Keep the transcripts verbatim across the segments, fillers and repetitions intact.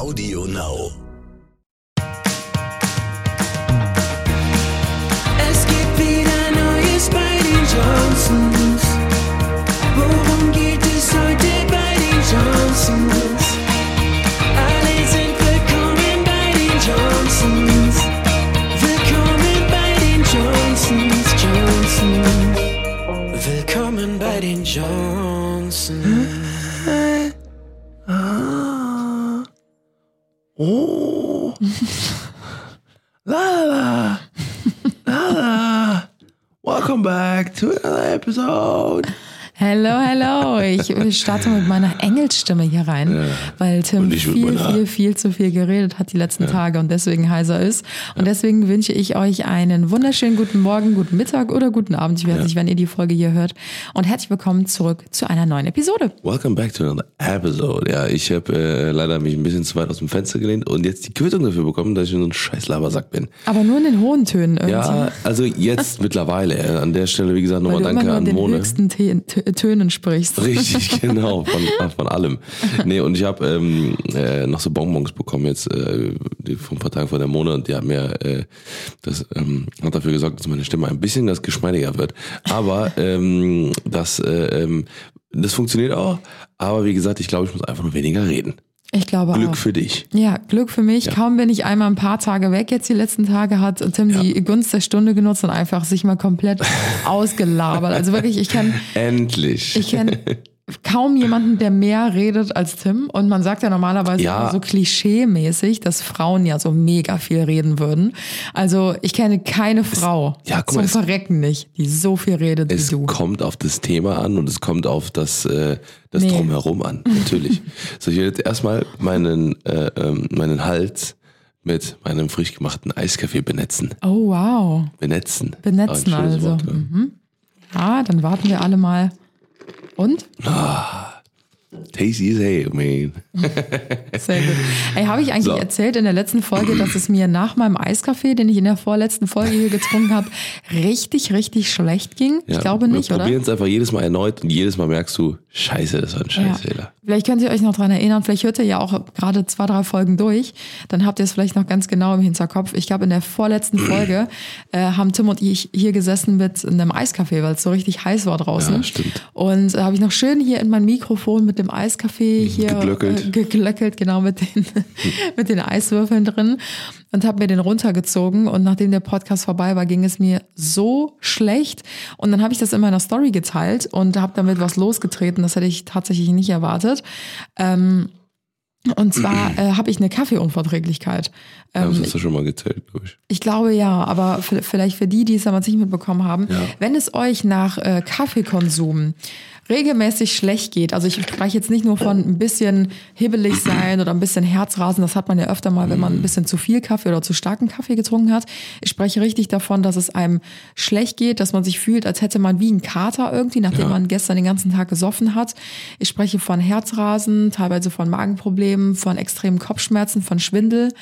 Audio Now. Es gibt wieder Neues bei den Johnsons. Worum geht es heute bei den Johnsons? Alle sind willkommen bei den Johnsons. Willkommen bei den Johnsons, Johnsons. Willkommen bei den Johnsons. Ah. Oh. La la la la. Welcome back to another episode. Hello, hello. Ich starte mit meiner Engelstimme hier rein, ja, weil Tim viel, viel, viel zu viel geredet hat die letzten ja. Tage und deswegen heiser ist. Und ja. deswegen wünsche ich euch einen wunderschönen guten Morgen, guten Mittag oder guten Abend. Ich weiß ja. nicht, wann ihr die Folge hier hört. Und herzlich willkommen zurück zu einer neuen Episode. Welcome back to another episode. Ja, ich habe äh, leider mich ein bisschen zu weit aus dem Fenster gelehnt und jetzt die Quittung dafür bekommen, dass ich so ein scheiß Labersack bin. Aber nur in den hohen Tönen irgendwie. Ja, also jetzt mittlerweile. An der Stelle, wie gesagt, nochmal danke an Mone. Weil du immer nur den höchsten T- Tönen sprichst. Richtig, genau, von, von allem. Nee, und ich habe ähm, äh, noch so Bonbons bekommen jetzt äh, die, vor ein paar Tagen von der Mone und die hat mir äh, das ähm, hat dafür gesorgt, dass meine Stimme ein bisschen das geschmeidiger wird. Aber ähm, das, äh, ähm, das funktioniert auch. Aber wie gesagt, ich glaube, ich muss einfach nur weniger reden. Ich glaube Glück auch. für dich. Ja, Glück für mich. Ja. Kaum bin ich einmal ein paar Tage weg jetzt die letzten Tage, hat Tim ja. die Gunst der Stunde genutzt und einfach sich mal komplett ausgelabert. Also wirklich, ich kann... Endlich. Ich kenne kaum jemanden, der mehr redet als Tim. Und man sagt ja normalerweise ja. so klischee-mäßig, dass Frauen ja so mega viel reden würden. Also ich kenne keine Frau, es, ja, guck zum mal, Verrecken nicht, die so viel redet es wie du. Es kommt auf das Thema an und es kommt auf das, äh, das nee. Drumherum an, natürlich. So, ich werde jetzt erstmal meinen, äh, meinen Hals mit meinem frisch gemachten Eiskaffee benetzen. Oh, wow. Benetzen. Benetzen also. Wort, ja. Mhm. Ja, dann warten wir alle mal. Und? Ah, tasty as hell, man. Sehr gut. Ey, habe ich eigentlich so. erzählt in der letzten Folge, dass es mir nach meinem Eiskaffee, den ich in der vorletzten Folge hier getrunken habe, richtig, richtig schlecht ging? Ja, ich glaube nicht, wir oder? Wir probieren es einfach jedes Mal erneut und jedes Mal merkst du, scheiße, das war ein Scheißfehler. Ja. Vielleicht könnt ihr euch noch dran erinnern, vielleicht hört ihr ja auch gerade zwei, drei Folgen durch, dann habt ihr es vielleicht noch ganz genau im Hinterkopf. Ich glaube, in der vorletzten Folge äh, haben Tim und ich hier gesessen mit einem Eiskaffee, weil es so richtig heiß war draußen. Ja, stimmt. Und äh, habe ich noch schön hier in mein Mikrofon mit dem Eiskaffee hier geglöckelt, äh, geglöckelt genau mit den, mit den Eiswürfeln drin und habe mir den runtergezogen und nachdem der Podcast vorbei war, ging es mir so schlecht und dann habe ich das in meiner Story geteilt und habe damit was losgetreten, das hätte ich tatsächlich nicht erwartet. Ähm, und zwar äh, habe ich eine Kaffeeunverträglichkeit. Ähm, ja, das hast du schon mal gezählt, glaube ich. Ich glaube ja, aber f- vielleicht für die, die es damals nicht mitbekommen haben, ja. wenn es euch nach äh, Kaffeekonsum regelmäßig schlecht geht, also ich spreche jetzt nicht nur von ein bisschen hibbelig sein oder ein bisschen Herzrasen, das hat man ja öfter mal, wenn man ein bisschen zu viel Kaffee oder zu starken Kaffee getrunken hat. Ich spreche richtig davon, dass es einem schlecht geht, dass man sich fühlt, als hätte man wie einen Kater irgendwie, nachdem ja. man gestern den ganzen Tag gesoffen hat. Ich spreche von Herzrasen, teilweise von Magenproblemen, von extremen Kopfschmerzen, von Schwindel.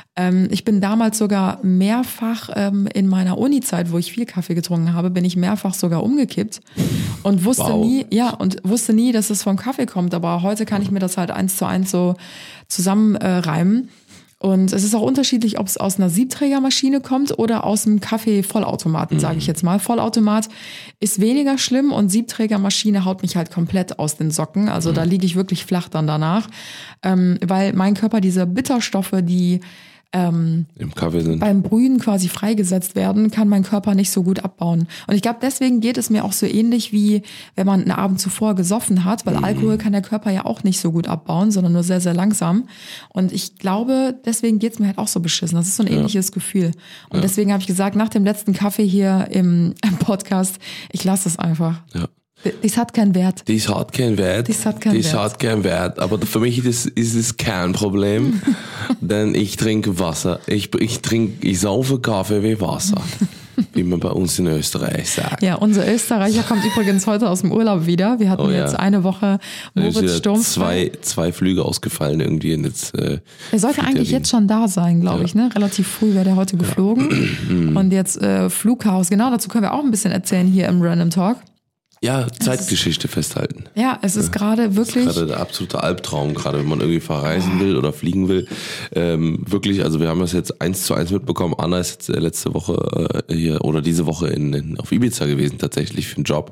Ich bin damals sogar mehrfach ähm, in meiner Uni-Zeit, wo ich viel Kaffee getrunken habe, bin ich mehrfach sogar umgekippt und wusste wow. nie, ja, und wusste nie, dass es vom Kaffee kommt. Aber heute kann ich mir das halt eins zu eins so zusammenreimen. Äh, und es ist auch unterschiedlich, ob es aus einer Siebträgermaschine kommt oder aus einem Kaffee-Vollautomaten, mhm. sage ich jetzt mal. Vollautomat ist weniger schlimm und Siebträgermaschine haut mich halt komplett aus den Socken. Also mhm. da liege ich wirklich flach dann danach, ähm, weil mein Körper diese Bitterstoffe, die Ähm, im Kaffee sind. beim Brühen quasi freigesetzt werden, kann mein Körper nicht so gut abbauen. Und ich glaube, deswegen geht es mir auch so ähnlich wie, wenn man einen Abend zuvor gesoffen hat, weil mhm. Alkohol kann der Körper ja auch nicht so gut abbauen, sondern nur sehr, sehr langsam. Und ich glaube, deswegen geht es mir halt auch so beschissen. Das ist so ein ähnliches ja. Gefühl. Und ja. deswegen habe ich gesagt, nach dem letzten Kaffee hier im, im Podcast, ich lasse es einfach. Ja. Das hat keinen Wert. Das hat keinen Wert. Das hat keinen das Wert. hat keinen Wert. Aber für mich ist es, ist es kein Problem, denn ich trinke Wasser. Ich, ich trinke, ich saufe Kaffee wie Wasser, wie man bei uns in Österreich sagt. Ja, unser Österreicher kommt übrigens heute aus dem Urlaub wieder. Wir hatten oh, ja. jetzt eine Woche Moritz Zwei, sturmfrei. zwei Flüge ausgefallen irgendwie. Und jetzt, äh, er sollte eigentlich jetzt schon da sein, glaube ja. ich. Ne? Relativ früh wäre der heute geflogen. Ja. Und jetzt äh, Flughaus. Genau, dazu können wir auch ein bisschen erzählen hier im Random Talk. Ja, Zeitgeschichte festhalten. Ja, es ist gerade wirklich... Das ist gerade der absolute Albtraum, gerade wenn man irgendwie verreisen will oder fliegen will. Ähm, wirklich, also wir haben das jetzt eins zu eins mitbekommen. Anna ist jetzt letzte Woche äh, hier oder diese Woche in, in, auf Ibiza gewesen, tatsächlich für einen Job.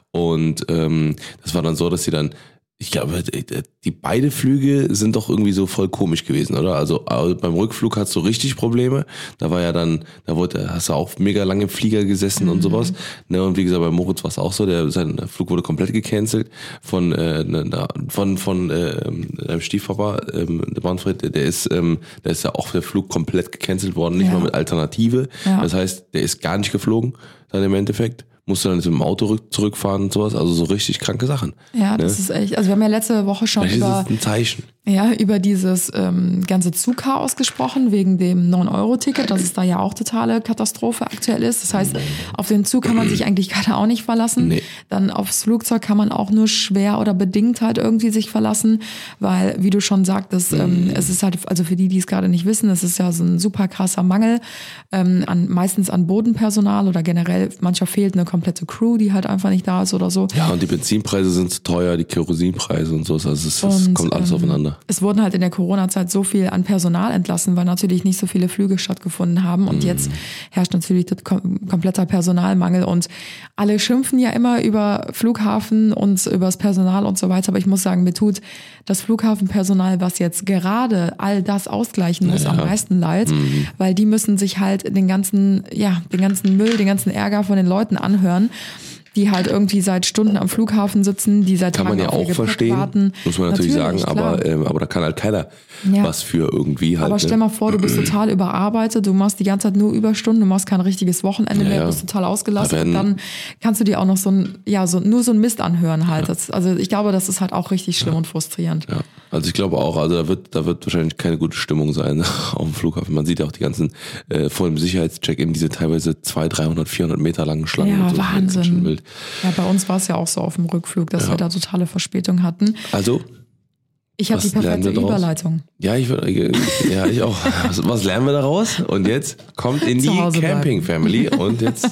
Und ähm, das war dann so, dass sie dann, ich glaube, die beide Flüge sind doch irgendwie so voll komisch gewesen, oder? Also, also beim Rückflug hast du richtig Probleme. Da war ja dann, da wurde, hast du auch mega lange im Flieger gesessen mhm. und sowas. Ne, und wie gesagt, bei Moritz war es auch so, der sein Flug wurde komplett gecancelt von äh, ne, von von äh, deinem Stiefpapa, ähm, der Manfred, der ist, ähm, der ist ja auch der Flug komplett gecancelt worden, nicht ja. mal mit Alternative. Ja. Das heißt, der ist gar nicht geflogen, dann im Endeffekt. Musste dann mit dem Auto zurückfahren und sowas, also so richtig kranke Sachen. Ja, das ne? ist echt, also wir haben ja letzte Woche schon Vielleicht über... ist das ein Zeichen. Ja, über dieses ähm, ganze Zugchaos gesprochen, wegen dem neun Euro Ticket, dass es da ja auch totale Katastrophe aktuell ist. Das heißt, auf den Zug kann man sich eigentlich gerade auch nicht verlassen. Nee. Dann aufs Flugzeug kann man auch nur schwer oder bedingt halt irgendwie sich verlassen, weil, wie du schon sagtest, ähm, mhm. es ist halt, also für die, die es gerade nicht wissen, es ist ja so ein super krasser Mangel, ähm, an, meistens an Bodenpersonal oder generell, mancher fehlt eine komplette Crew, die halt einfach nicht da ist oder so. Ja, und die Benzinpreise sind zu teuer, die Kerosinpreise und so, also es, es und, kommt alles ähm, aufeinander. Es wurden halt in der Corona-Zeit so viel an Personal entlassen, weil natürlich nicht so viele Flüge stattgefunden haben. Und mm. jetzt herrscht natürlich kom- kompletter Personalmangel. Und alle schimpfen ja immer über Flughafen und über das Personal und so weiter. Aber ich muss sagen, mir tut das Flughafenpersonal, was jetzt gerade all das ausgleichen muss, ja. am meisten leid. Mm. Weil die müssen sich halt den ganzen, ja, den ganzen Müll, den ganzen Ärger von den Leuten anhören, die halt irgendwie seit Stunden am Flughafen sitzen, die seit Tagen Tagen ja auf ihr auch Gepäck verstehen, warten. muss man natürlich, natürlich sagen, aber, ähm, aber da kann halt keiner ja. was für irgendwie halt. Aber stell mal vor, du bist total überarbeitet, du machst die ganze Zeit nur Überstunden, du machst kein richtiges Wochenende ja, mehr, ja. bist total ausgelastet da und dann kannst du dir auch noch so ein, ja, so, nur so ein Mist anhören halt. Ja. Das, also ich glaube, das ist halt auch richtig schlimm ja. und frustrierend. Ja. Also ich glaube auch, also da wird, da wird wahrscheinlich keine gute Stimmung sein auf dem Flughafen. Man sieht ja auch die ganzen, äh, vor dem Sicherheitscheck-in, diese teilweise zweihundert, dreihundert, vierhundert Meter langen Schlangen. Ja, und so. Wahnsinn. Wild. Ja, bei uns war es ja auch so auf dem Rückflug, dass ja. wir da totale Verspätung hatten. Also? Ich habe die perfekte Überleitung. Ja, ich würde, ja, ich auch. Was, was lernen wir daraus? Und jetzt kommt in die Camping Family und jetzt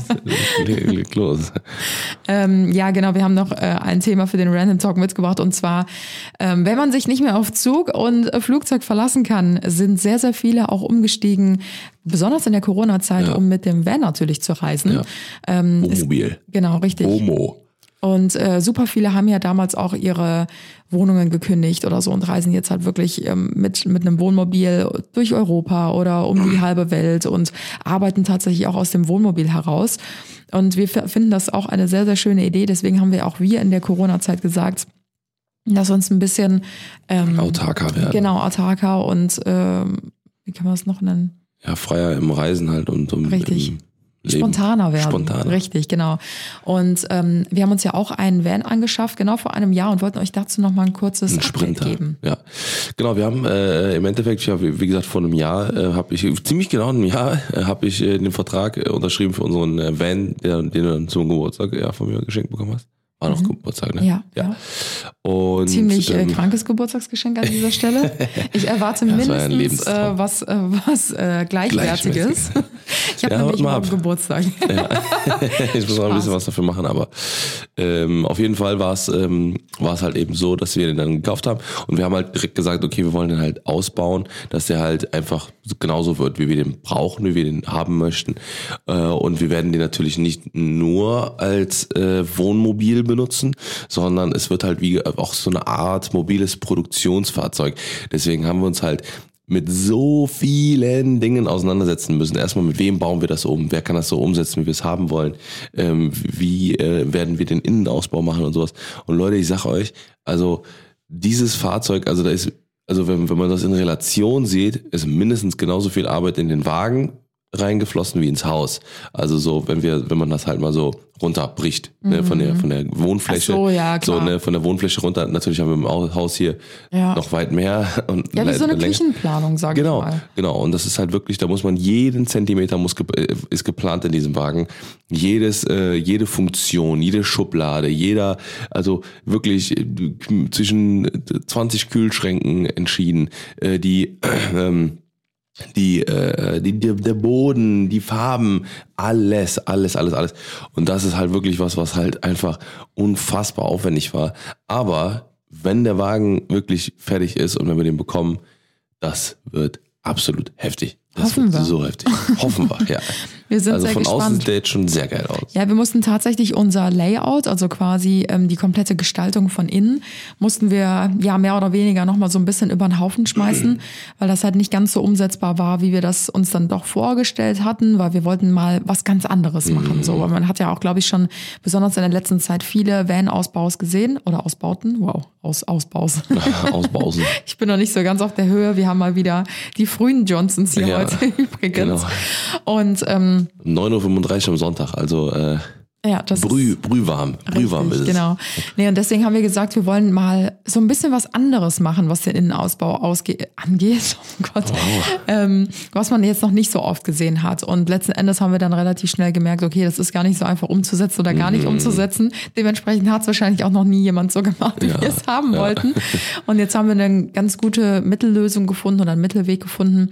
leg los. Ähm, ja, genau. Wir haben noch äh, ein Thema für den Random Talk mitgebracht und zwar, ähm, wenn man sich nicht mehr auf Zug und äh, Flugzeug verlassen kann, sind sehr, sehr viele auch umgestiegen, besonders in der Corona-Zeit, ja. um mit dem Van natürlich zu reisen. Ja. Ähm, Wohnmobil. Ist, genau, richtig. Homo. Und äh, super viele haben ja damals auch ihre Wohnungen gekündigt oder so und reisen jetzt halt wirklich ähm, mit mit einem Wohnmobil durch Europa oder um die halbe Welt und arbeiten tatsächlich auch aus dem Wohnmobil heraus. Und wir f- finden das auch eine sehr, sehr schöne Idee. Deswegen haben wir auch wir in der Corona-Zeit gesagt, dass wir uns ein bisschen ähm, autarker werden. Genau, autarker und ähm, wie kann man das noch nennen? Ja, freier im Reisen halt und um Richtig. Im Leben. Spontaner werden. Spontaner. Richtig, genau. Und ähm, wir haben uns ja auch einen Van angeschafft, genau vor einem Jahr und wollten euch dazu noch mal ein kurzes ein Update geben. Ja, genau. Wir haben äh, im Endeffekt, ich hab, wie gesagt, vor einem Jahr äh, habe ich, ziemlich genau einem Jahr, äh, habe ich äh, den Vertrag äh, unterschrieben für unseren äh, Van, der, den du dann zum Geburtstag ja, von mir geschenkt bekommen hast. War noch mhm. Geburtstag, ne? Ja. ja. Und, Ziemlich ähm, äh, krankes Geburtstagsgeschenk an dieser Stelle. Ich erwarte ja, mindestens äh, was, äh, was äh, Gleichwertiges. Ich habe ja, nämlich morgen ab. Geburtstag. Ja. Ich muss noch ein bisschen was dafür machen, aber ähm, auf jeden Fall war es ähm, war es halt eben so, dass wir den dann gekauft haben und wir haben halt direkt gesagt, okay, wir wollen den halt ausbauen, dass der halt einfach genauso wird, wie wir den brauchen, wie wir den haben möchten. Äh, und wir werden den natürlich nicht nur als äh, Wohnmobil benutzen, sondern es wird halt wie auch so eine Art mobiles Produktionsfahrzeug. Deswegen haben wir uns halt mit so vielen Dingen auseinandersetzen müssen. Erstmal, mit wem bauen wir das um? Wer kann das so umsetzen, wie wir es haben wollen? Ähm, wie äh, werden wir den Innenausbau machen und sowas? Und Leute, ich sag euch, also dieses Fahrzeug, also da ist, also wenn, wenn man das in Relation sieht, ist mindestens genauso viel Arbeit in den Wagen reingeflossen wie ins Haus. Also so, wenn wir, wenn man das halt mal so runterbricht, mhm. ne, von der von der Wohnfläche. Ach so, ja, klar. So, ne, von der Wohnfläche runter. Natürlich haben wir im Haus hier ja. noch weit mehr. Und ja, wie so eine länger. Küchenplanung, sag genau, ich mal. Genau, und das ist halt wirklich, da muss man jeden Zentimeter muss ist geplant in diesem Wagen. Jedes, äh, jede Funktion, jede Schublade, jeder, also wirklich äh, zwischen zwanzig Kühlschränken entschieden, äh, die ähm, die, äh, die, die, der Boden, die Farben, alles, alles, alles, alles. Und das ist halt wirklich was, was halt einfach unfassbar aufwendig war. Aber wenn der Wagen wirklich fertig ist und wenn wir den bekommen, das wird absolut heftig. Das Hoffen wird wir. so heftig. Hoffen wir, ja. Wir sind also sehr von gespannt. außen sieht der jetzt schon sehr geil aus. Ja, wir mussten tatsächlich unser Layout, also quasi ähm, die komplette Gestaltung von innen, mussten wir ja mehr oder weniger nochmal so ein bisschen über den Haufen schmeißen, weil das halt nicht ganz so umsetzbar war, wie wir das uns dann doch vorgestellt hatten, weil wir wollten mal was ganz anderes machen. So, weil man hat ja auch, glaube ich, schon besonders in der letzten Zeit viele Van-Ausbaus gesehen oder Ausbauten. Wow, Aus, Ausbaus. Ausbausen. Ich bin noch nicht so ganz auf der Höhe. Wir haben mal wieder die frühen Johnsons hier Ja, heute übrigens. genau. Und ähm, neun Uhr fünfunddreißig am Sonntag, also äh, ja, das brüh, ist brühwarm. Brühwarm ist richtig, es. genau. Nee, und deswegen haben wir gesagt, wir wollen mal so ein bisschen was anderes machen, was den Innenausbau ausge- angeht. Oh Gott. Wow. Ähm, was man jetzt noch nicht so oft gesehen hat. Und letzten Endes haben wir dann relativ schnell gemerkt, okay, das ist gar nicht so einfach umzusetzen oder gar nicht Mhm. umzusetzen. Dementsprechend hat es wahrscheinlich auch noch nie jemand so gemacht, wie Ja, wir es haben ja. wollten. Und jetzt haben wir eine ganz gute Mittellösung gefunden oder einen Mittelweg gefunden.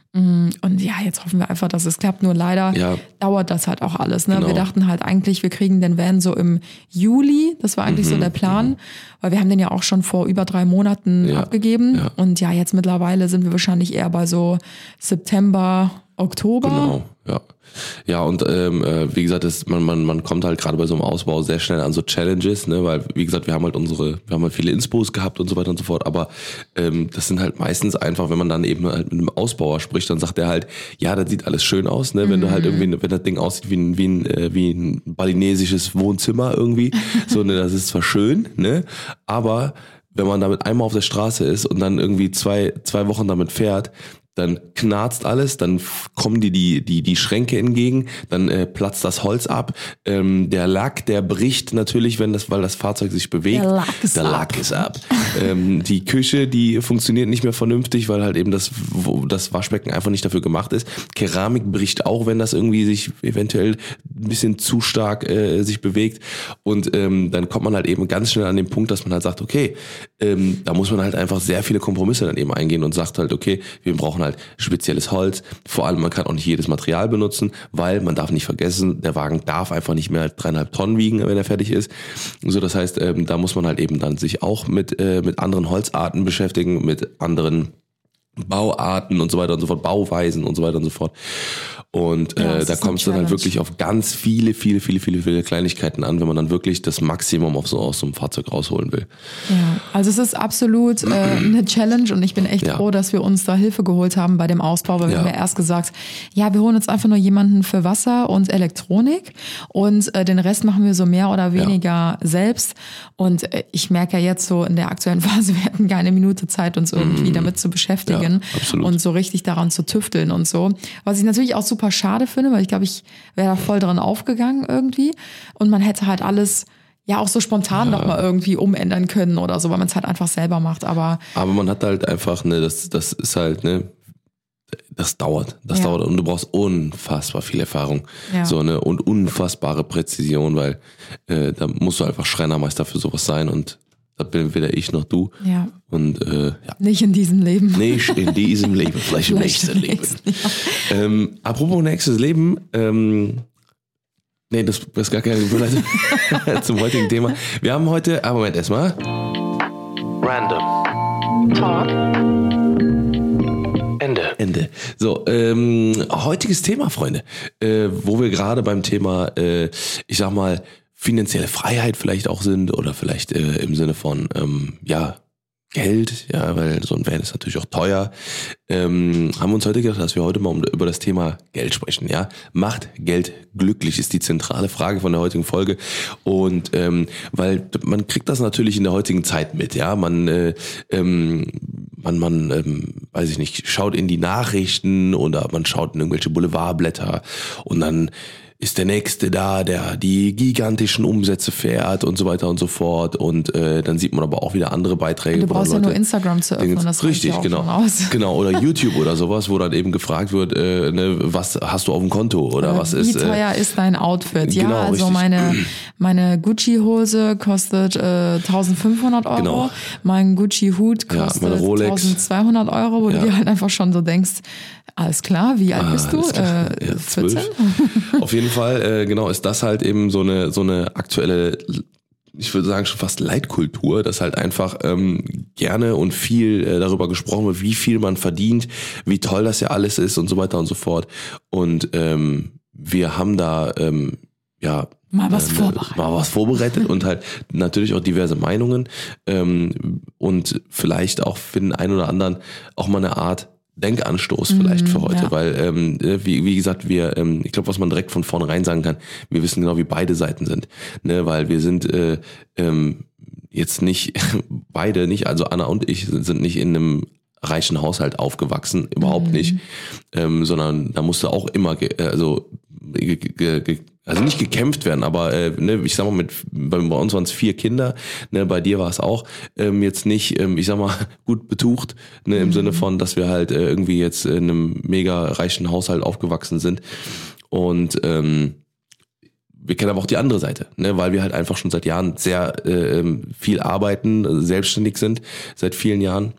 Und ja, jetzt hoffen wir einfach, dass es klappt. Nur leider Ja. dauert das halt auch alles. Ne? Genau. Wir dachten halt eigentlich, wir kriegen den Van so im Juli. Das war eigentlich Mhm, so der Plan. Weil wir haben den ja auch schon vor über drei Monaten Ja, abgegeben. ja. Und ja, jetzt mittlerweile sind wir wahrscheinlich eher bei so September, Oktober. Genau, ja. Ja, und ähm, äh, wie gesagt, das, man, man, man kommt halt gerade bei so einem Ausbau sehr schnell an so Challenges, ne, weil, wie gesagt, wir haben halt unsere, wir haben halt viele Inspos gehabt und so weiter und so fort, aber ähm, das sind halt meistens einfach, wenn man dann eben halt mit einem Ausbauer spricht, dann sagt er halt, ja, das sieht alles schön aus, ne, wenn du halt irgendwie, wenn das Ding aussieht wie ein, wie ein, äh, wie ein balinesisches Wohnzimmer irgendwie, so, ne, das ist zwar schön, ne, aber wenn man damit einmal auf der Straße ist und dann irgendwie zwei, zwei Wochen damit fährt, dann knarzt alles, dann f- kommen die die die die Schränke entgegen, dann äh, platzt das Holz ab, ähm, der Lack, der bricht natürlich, wenn das, weil das Fahrzeug sich bewegt. Der Lack ist der ab. Lack ist ab. ähm, die Küche, die funktioniert nicht mehr vernünftig, weil halt eben das wo das Waschbecken einfach nicht dafür gemacht ist. Keramik bricht auch, wenn das irgendwie sich eventuell ein bisschen zu stark äh, sich bewegt. Und ähm, dann kommt man halt eben ganz schnell an den Punkt, dass man halt sagt, okay, ähm, da muss man halt einfach sehr viele Kompromisse dann eben eingehen und sagt halt, okay, wir brauchen halt spezielles Holz. Vor allem, man kann auch nicht jedes Material benutzen, weil man darf nicht vergessen, der Wagen darf einfach nicht mehr als dreieinhalb Tonnen wiegen, wenn er fertig ist. So, das heißt, ähm, da muss man halt eben dann sich auch mit äh, mit anderen Holzarten beschäftigen, mit anderen Bauarten und so weiter und so fort, Bauweisen und so weiter und so fort. Und Ja, äh, es da ist eine kommt es dann halt Challenge. wirklich auf ganz viele, viele, viele, viele, viele Kleinigkeiten an, wenn man dann wirklich das Maximum auf so, aus so einem Fahrzeug rausholen will. Ja, also es ist absolut äh, eine Challenge und ich bin echt Ja. froh, dass wir uns da Hilfe geholt haben bei dem Ausbau, weil wir Ja. haben ja erst gesagt, ja, wir holen uns einfach nur jemanden für Wasser und Elektronik und äh, den Rest machen wir so mehr oder weniger selbst. Und äh, ich merke ja jetzt so in der aktuellen Phase, wir hätten keine Minute Zeit, uns irgendwie damit zu beschäftigen Ja, absolut. und so richtig daran zu tüfteln und so. Was ich natürlich auch super schade finde, weil ich glaube, ich wäre da voll dran aufgegangen irgendwie und man hätte halt alles ja auch so spontan noch mal irgendwie umändern können oder so, weil man es halt einfach selber macht. Aber Aber man hat halt einfach, ne, das, das ist halt, ne, das dauert, das Ja. dauert und du brauchst unfassbar viel Erfahrung, Ja. so, ne, und unfassbare Präzision, weil äh, da musst du einfach Schreinermeister für sowas sein und da bin weder ich noch du ja, und äh, ja. nicht in diesem Leben. Nicht in diesem Leben, vielleicht im Vielleicht nächsten im Leben. nächsten, ja. Ähm, apropos nächstes Leben, ähm, nee, das ist gar keine Überleitung zum heutigen Thema. Wir haben heute, ah, Moment, erstmal. Random. Talk. Ende. Ende. So, ähm, heutiges Thema, Freunde, äh, wo wir gerade beim Thema, äh, ich sag mal, finanzielle Freiheit vielleicht auch sind oder vielleicht äh, im Sinne von, ähm, ja, Geld, ja, weil so ein Van ist natürlich auch teuer, ähm, haben wir uns heute gedacht, dass wir heute mal um, über das Thema Geld sprechen, ja. Macht Geld glücklich, ist die zentrale Frage von der heutigen Folge und ähm, weil man kriegt das natürlich in der heutigen Zeit mit, ja, man, äh, ähm, man, man, ähm, weiß ich nicht, schaut in die Nachrichten oder man schaut in irgendwelche Boulevardblätter und dann ist der Nächste da, der die gigantischen Umsätze fährt und so weiter und so fort. Und äh, dann sieht man aber auch wieder andere Beiträge. Du brauchst ja Leute, nur Instagram zu öffnen, Dinge, das richtig, reicht ja auch genau, schon aus. Genau, oder YouTube oder sowas, wo dann eben gefragt wird, äh, ne, was hast du auf dem Konto oder, oder was wie ist. Wie teuer äh, ist dein Outfit? Ja, genau, also richtig. meine meine Gucci-Hose kostet äh, eintausendfünfhundert Euro, Genau. mein Gucci-Hut Ja, kostet meine Rolex. eintausendzweihundert Euro, wo Ja. du dir halt einfach schon so denkst, alles klar, wie alt Ah, bist du? alles klar. Äh, Ja, vierzehn? zwölf. Auf jeden Fall, äh, genau, ist das halt eben so eine so eine aktuelle, ich würde sagen schon fast Leitkultur, dass halt einfach ähm, gerne und viel äh, darüber gesprochen wird, wie viel man verdient, wie toll das ja alles ist und so weiter und so fort. Und ähm, wir haben da ähm, ja Mal was äh, vorbereitet. Mal was vorbereitet und halt natürlich auch diverse Meinungen ähm, und vielleicht auch für den einen oder anderen auch mal eine Art Denkanstoß vielleicht für heute, ja. weil ähm, wie, wie gesagt, wir, ähm, ich glaube, was man direkt von vornherein sagen kann, wir wissen genau, wie beide Seiten sind, ne, weil wir sind äh, ähm, jetzt nicht beide nicht, also Anna und ich sind nicht in einem reichen Haushalt aufgewachsen, überhaupt Mhm. nicht, ähm, sondern da musste auch immer, ge- also ge- ge- ge- also nicht gekämpft werden, aber äh, ne, ich sag mal, mit bei, bei uns waren es vier Kinder, ne, bei dir war es auch ähm, jetzt nicht, ähm, ich sag mal, gut betucht, ne, im Mhm. Sinne von, dass wir halt äh, irgendwie jetzt in einem mega reichen Haushalt aufgewachsen sind und ähm, wir kennen aber auch die andere Seite, ne, weil wir halt einfach schon seit Jahren sehr äh, viel arbeiten, selbstständig sind, seit vielen Jahren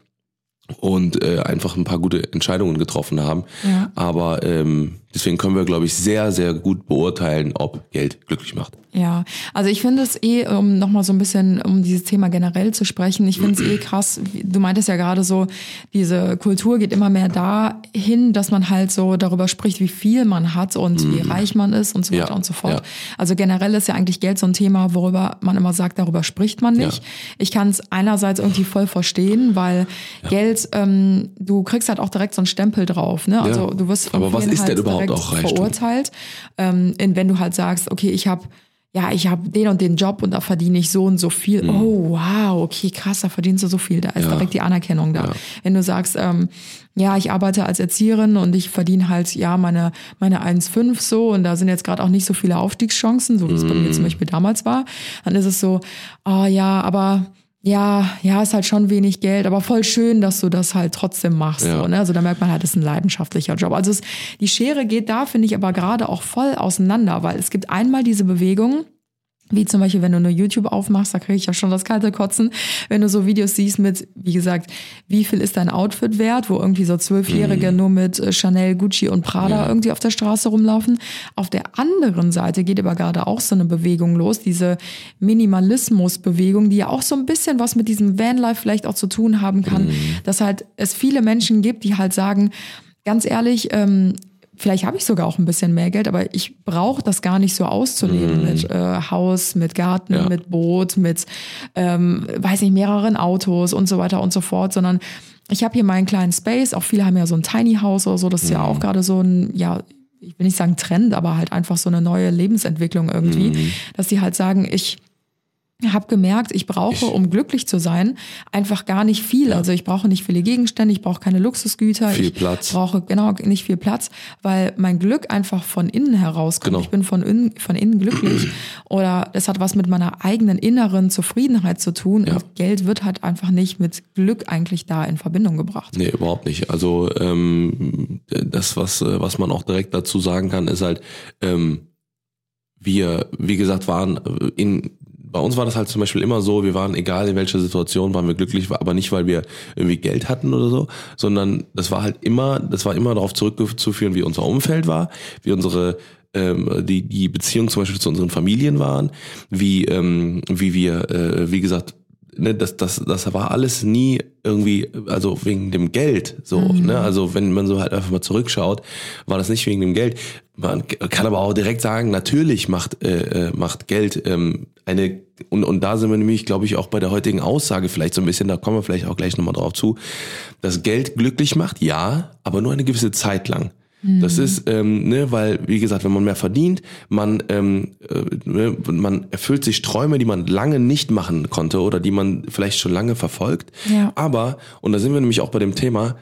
und äh, einfach ein paar gute Entscheidungen getroffen haben. Ja. Aber ähm, deswegen können wir, glaube ich, sehr, sehr gut beurteilen, ob Geld glücklich macht. Ja, also ich finde es eh, um nochmal so ein bisschen, um dieses Thema generell zu sprechen, ich finde es eh krass, wie- du meintest ja gerade so, diese Kultur geht immer mehr dahin, dass man halt so darüber spricht, wie viel man hat und wie reich man ist und so weiter Ja, und so fort. ja. Also generell ist ja eigentlich Geld so ein Thema, worüber man immer sagt, darüber spricht man nicht. Ja. Ich kann es einerseits irgendwie voll verstehen, weil Geld, ähm, du kriegst halt auch direkt so einen Stempel drauf, ne? Also Ja. du wirst von Aber was vielen ist denn halt überhaupt direkt auch Reichtum? verurteilt, ähm, in, wenn du halt sagst, okay, ich habe ja, ich habe den und den Job und da verdiene ich so und so viel. Oh, wow, okay, krass, da verdienst du so viel. Da ist Ja. direkt die Anerkennung da. Ja. Wenn du sagst, ähm, ja, ich arbeite als Erzieherin und ich verdiene halt, ja, meine, meine eins Komma fünf so und da sind jetzt gerade auch nicht so viele Aufstiegschancen, so wie es bei mir zum Beispiel damals war, dann ist es so, oh ja, aber ja, ja, ist halt schon wenig Geld, aber voll schön, dass du das halt trotzdem machst. Ja. So, ne? Also da merkt man halt, das ist ein leidenschaftlicher Job. Also es, die Schere geht da, finde ich, aber gerade auch voll auseinander, weil es gibt einmal diese Bewegung, wie zum Beispiel, wenn du nur YouTube aufmachst, da kriege ich ja schon das kalte Kotzen, wenn du so Videos siehst mit, wie gesagt, wie viel ist dein Outfit wert, wo irgendwie so Zwölfjährige Mhm. nur mit äh, Chanel, Gucci und Prada Ja. irgendwie auf der Straße rumlaufen. Auf der anderen Seite geht aber gerade auch so eine Bewegung los, diese Minimalismus-Bewegung, die ja auch so ein bisschen was mit diesem Vanlife vielleicht auch zu tun haben kann, Mhm. dass halt es viele Menschen gibt, die halt sagen, ganz ehrlich, ähm, vielleicht habe ich sogar auch ein bisschen mehr Geld, aber ich brauche das gar nicht so auszuleben mit äh, Haus, mit Garten, Ja. mit Boot, mit, ähm, weiß nicht, mehreren Autos und so weiter und so fort, sondern ich habe hier meinen kleinen Space. Auch viele haben ja so ein Tiny House oder so. Das ist ja auch gerade so ein, ja, ich will nicht sagen Trend, aber halt einfach so eine neue Lebensentwicklung irgendwie, dass die halt sagen, ich habe gemerkt, ich brauche, um glücklich zu sein, einfach gar nicht viel. Also ich brauche nicht viele Gegenstände, ich brauche keine Luxusgüter. Viel ich Platz. brauche genau nicht viel Platz, weil mein Glück einfach von innen herauskommt. Genau. Ich bin von innen, von innen glücklich. Oder es hat was mit meiner eigenen inneren Zufriedenheit zu tun. Ja. Und Geld wird halt einfach nicht mit Glück eigentlich da in Verbindung gebracht. Nee, überhaupt nicht. Also ähm, das, was, äh, was man auch direkt dazu sagen kann, ist halt, ähm, wir, wie gesagt, waren in bei uns war das halt zum Beispiel immer so, wir waren, egal in welcher Situation, waren wir glücklich, aber nicht, weil wir irgendwie Geld hatten oder so, sondern das war halt immer, das war immer darauf zurückzuführen, wie unser Umfeld war, wie unsere ähm, die die Beziehung zum Beispiel zu unseren Familien waren, wie ähm, wie wir, äh, wie gesagt, ne, das das das war alles nie irgendwie, also wegen dem Geld so, Mhm. ne, also wenn man so halt einfach mal zurückschaut, war das nicht wegen dem Geld. Man kann aber auch direkt sagen, natürlich macht äh, macht Geld ähm, eine und und da sind wir nämlich, glaube ich, auch bei der heutigen Aussage vielleicht so ein bisschen, da kommen wir vielleicht auch gleich nochmal drauf zu, dass Geld glücklich macht, ja, aber nur eine gewisse Zeit lang. Das ist, ähm, ne, weil, wie gesagt, wenn man mehr verdient, man, ähm, äh, ne, man erfüllt sich Träume, die man lange nicht machen konnte oder die man vielleicht schon lange verfolgt. Ja. Aber, und da sind wir nämlich auch bei dem Thema,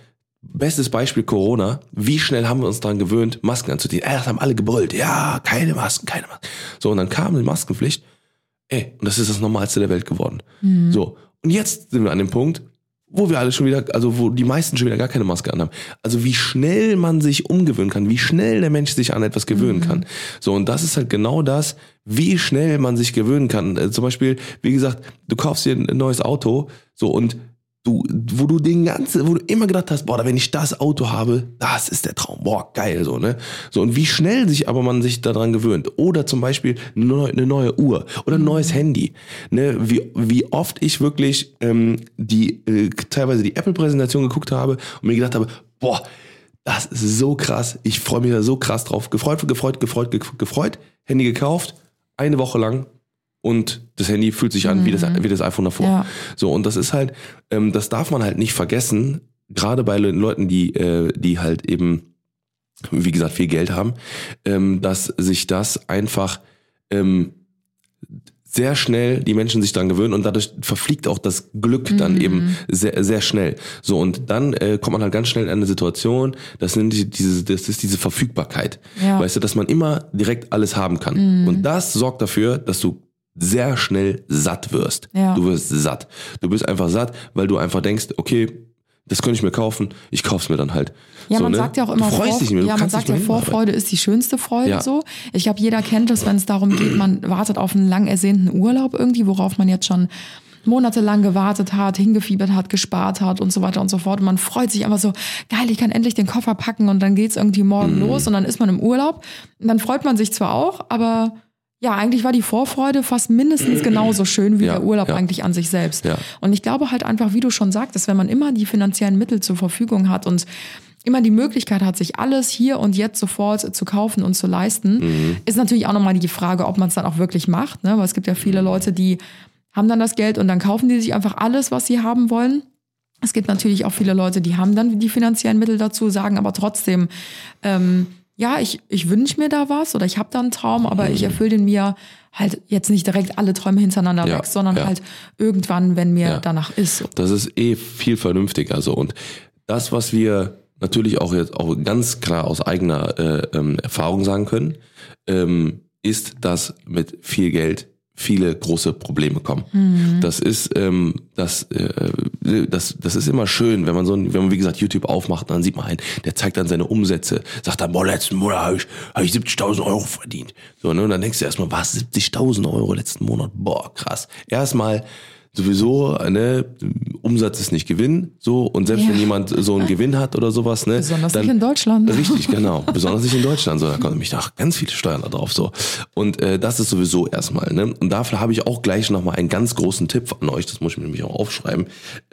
bestes Beispiel Corona. Wie schnell haben wir uns daran gewöhnt, Masken anzuziehen? Erst haben alle gebrüllt, ja, keine Masken, keine Masken. So, und dann kam die Maskenpflicht. Ey, und das ist das Normalste der Welt geworden. Mhm. So, und jetzt sind wir an dem Punkt, wo wir alle schon wieder, also wo die meisten schon wieder gar keine Maske anhaben. Also wie schnell man sich umgewöhnen kann, wie schnell der Mensch sich an etwas gewöhnen mhm. kann. So, und das ist halt genau das, wie schnell man sich gewöhnen kann. Äh, zum Beispiel, wie gesagt, du kaufst dir ein neues Auto, so, und du, wo du den ganzen, wo du immer gedacht hast, boah, wenn ich das Auto habe, das ist der Traum, boah, geil, so, ne? So, und wie schnell sich aber man sich daran gewöhnt. Oder zum Beispiel eine neue, eine neue Uhr oder ein neues Handy, ne? Wie, wie oft ich wirklich, ähm, die, äh, teilweise die Apple-Präsentation geguckt habe und mir gedacht habe, boah, das ist so krass, ich freue mich da so krass drauf. Gefreut, gefreut, gefreut, gefreut, gefreut, Handy gekauft, eine Woche lang. Und das Handy fühlt sich an mhm. wie das wie das iPhone davor. Ja. So, und das ist halt, ähm, das darf man halt nicht vergessen, gerade bei Leuten, die äh, die halt eben, wie gesagt, viel Geld haben, ähm, dass sich das einfach ähm, sehr schnell die Menschen sich daran gewöhnen und dadurch verfliegt auch das Glück mhm. dann eben sehr sehr schnell. So, und dann äh, kommt man halt ganz schnell in eine Situation, das nennt die, diese das ist diese Verfügbarkeit. Ja. Weißt du, dass man immer direkt alles haben kann. Mhm. Und das sorgt dafür, dass du sehr schnell satt wirst. Ja. Du wirst satt. Du bist einfach satt, weil du einfach denkst, okay, das könnte ich mir kaufen, ich kauf's mir dann halt. Ja, so, man ne? sagt ja auch immer, du freust Vor- dich nicht mehr, du ja, man sagt ja, Vorfreude ist die schönste Freude, ja. so. Ich glaube, jeder kennt das, wenn es darum geht, man wartet auf einen lang ersehnten Urlaub irgendwie, worauf man jetzt schon monatelang gewartet hat, hingefiebert hat, gespart hat und so weiter und so fort. Und man freut sich einfach so, geil, ich kann endlich den Koffer packen und dann geht's irgendwie morgen mhm. los und dann ist man im Urlaub. Und dann freut man sich zwar auch, aber ja, eigentlich war die Vorfreude fast mindestens genauso schön wie ja, der Urlaub ja. eigentlich an sich selbst. Ja. Und ich glaube halt einfach, wie du schon sagtest, wenn man immer die finanziellen Mittel zur Verfügung hat und immer die Möglichkeit hat, sich alles hier und jetzt sofort zu kaufen und zu leisten, mhm. ist natürlich auch nochmal die Frage, ob man es dann auch wirklich macht. Ne? Weil es gibt ja viele Leute, die haben dann das Geld und dann kaufen die sich einfach alles, was sie haben wollen. Es gibt natürlich auch viele Leute, die haben dann die finanziellen Mittel dazu, sagen aber trotzdem, ähm, ja, ich, ich wünsche mir da was oder ich habe da einen Traum, aber ich erfülle den mir halt jetzt nicht direkt alle Träume hintereinander ja, weg, sondern ja. halt irgendwann, wenn mir ja. danach ist. Das ist eh viel vernünftiger so. Und das, was wir natürlich auch jetzt auch ganz klar aus eigener äh, ähm, Erfahrung sagen können, ähm, ist, dass mit viel Geld viele große Probleme kommen. Mhm. Das ist ähm, das äh, das das ist immer schön, wenn man so ein, wenn man wie gesagt YouTube aufmacht, dann sieht man einen, der zeigt dann seine Umsätze, sagt dann, boah, letzten Monat habe ich, hab ich siebzigtausend Euro verdient. So, ne, und dann denkst du erstmal, was, siebzigtausend Euro letzten Monat? Boah, krass. Erstmal sowieso, ne, Umsatz ist nicht Gewinn, so, und selbst ja. wenn jemand so einen Gewinn hat oder sowas, ne, besonders dann, nicht in Deutschland. Richtig, genau, besonders nicht in Deutschland, so, da kommen nämlich auch ganz viele Steuern da drauf, so, und äh, das ist sowieso erstmal, ne, und dafür habe ich auch gleich nochmal einen ganz großen Tipp an euch, das muss ich mir nämlich auch aufschreiben,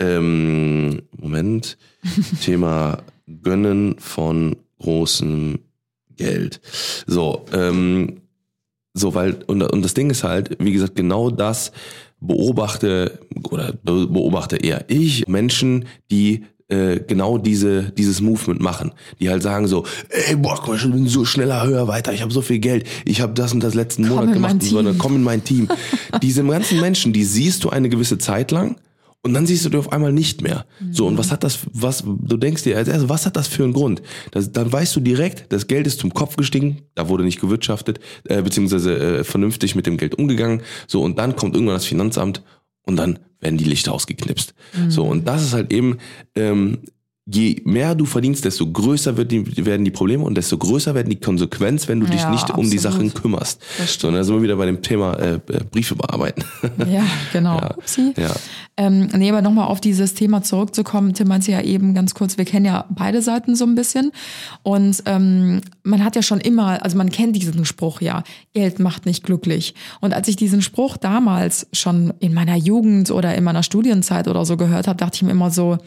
ähm, Moment, Thema Gönnen von großem Geld, so, ähm, so, weil, und, und das Ding ist halt, wie gesagt, genau das beobachte, oder beobachte eher ich, Menschen, die äh, genau diese dieses Movement machen, die halt sagen so, ey, boah, guck mal, ich bin so schneller, höher, weiter, ich habe so viel Geld, ich habe das und das letzten komm Monat gemacht, und so, dann komm in mein Team. Diese ganzen Menschen, die siehst du eine gewisse Zeit lang, und dann siehst du die auf einmal nicht mehr. Mhm. So, und was hat das, was, du denkst dir als erstes, was hat das für einen Grund? Das, dann weißt du direkt, das Geld ist zum Kopf gestiegen, da wurde nicht gewirtschaftet, äh, beziehungsweise äh, vernünftig mit dem Geld umgegangen. So, und dann kommt irgendwann das Finanzamt und dann werden die Lichter ausgeknipst. Mhm. So, und das ist halt eben, ähm, je mehr du verdienst, desto größer wird die, werden die Probleme und desto größer werden die Konsequenzen, wenn du dich ja, nicht absolut. um die Sachen kümmerst. So, dann sind wir wieder bei dem Thema äh, Briefe bearbeiten. Ja, genau. Ja. Upsi. Ja. Ähm, nee, aber nochmal auf dieses Thema zurückzukommen, Tim meinte ja eben ganz kurz, wir kennen ja beide Seiten so ein bisschen und ähm, man hat ja schon immer, also man kennt diesen Spruch ja, Geld macht nicht glücklich. Und als ich diesen Spruch damals schon in meiner Jugend oder in meiner Studienzeit oder so gehört habe, dachte ich mir immer so,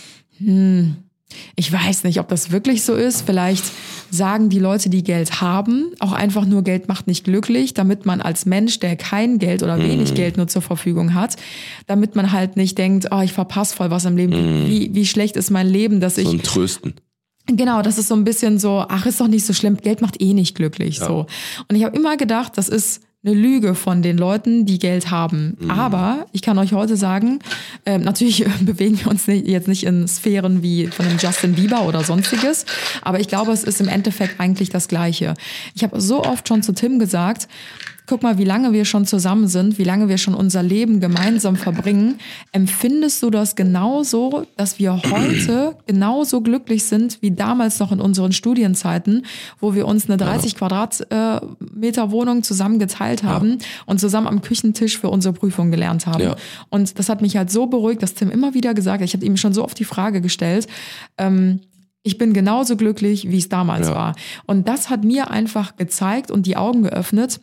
Hm, ich weiß nicht, ob das wirklich so ist. Vielleicht sagen die Leute, die Geld haben, auch einfach nur, Geld macht nicht glücklich, damit man als Mensch, der kein Geld oder wenig mm. Geld nur zur Verfügung hat, damit man halt nicht denkt, oh, ich verpasse voll was im Leben. Mm. Wie, wie schlecht ist mein Leben, dass ich... So ein Trösten. Genau, das ist so ein bisschen so, ach, ist doch nicht so schlimm, Geld macht eh nicht glücklich. Ja. So. Und ich habe immer gedacht, das ist eine Lüge von den Leuten, die Geld haben. Mhm. Aber ich kann euch heute sagen, äh, natürlich bewegen wir uns nicht, jetzt nicht in Sphären wie von einem Justin Bieber oder sonstiges, aber ich glaube, es ist im Endeffekt eigentlich das Gleiche. Ich habe so oft schon zu Tim gesagt, guck mal, wie lange wir schon zusammen sind, wie lange wir schon unser Leben gemeinsam verbringen. Empfindest du das genauso, dass wir heute genauso glücklich sind wie damals noch in unseren Studienzeiten, wo wir uns eine dreißig Quadratmeter Wohnung zusammen geteilt haben ja. und zusammen am Küchentisch für unsere Prüfung gelernt haben? Ja. Und das hat mich halt so beruhigt, dass Tim immer wieder gesagt hat, ich habe ihm schon so oft die Frage gestellt, ähm, ich bin genauso glücklich, wie es damals ja. war. Und das hat mir einfach gezeigt und die Augen geöffnet,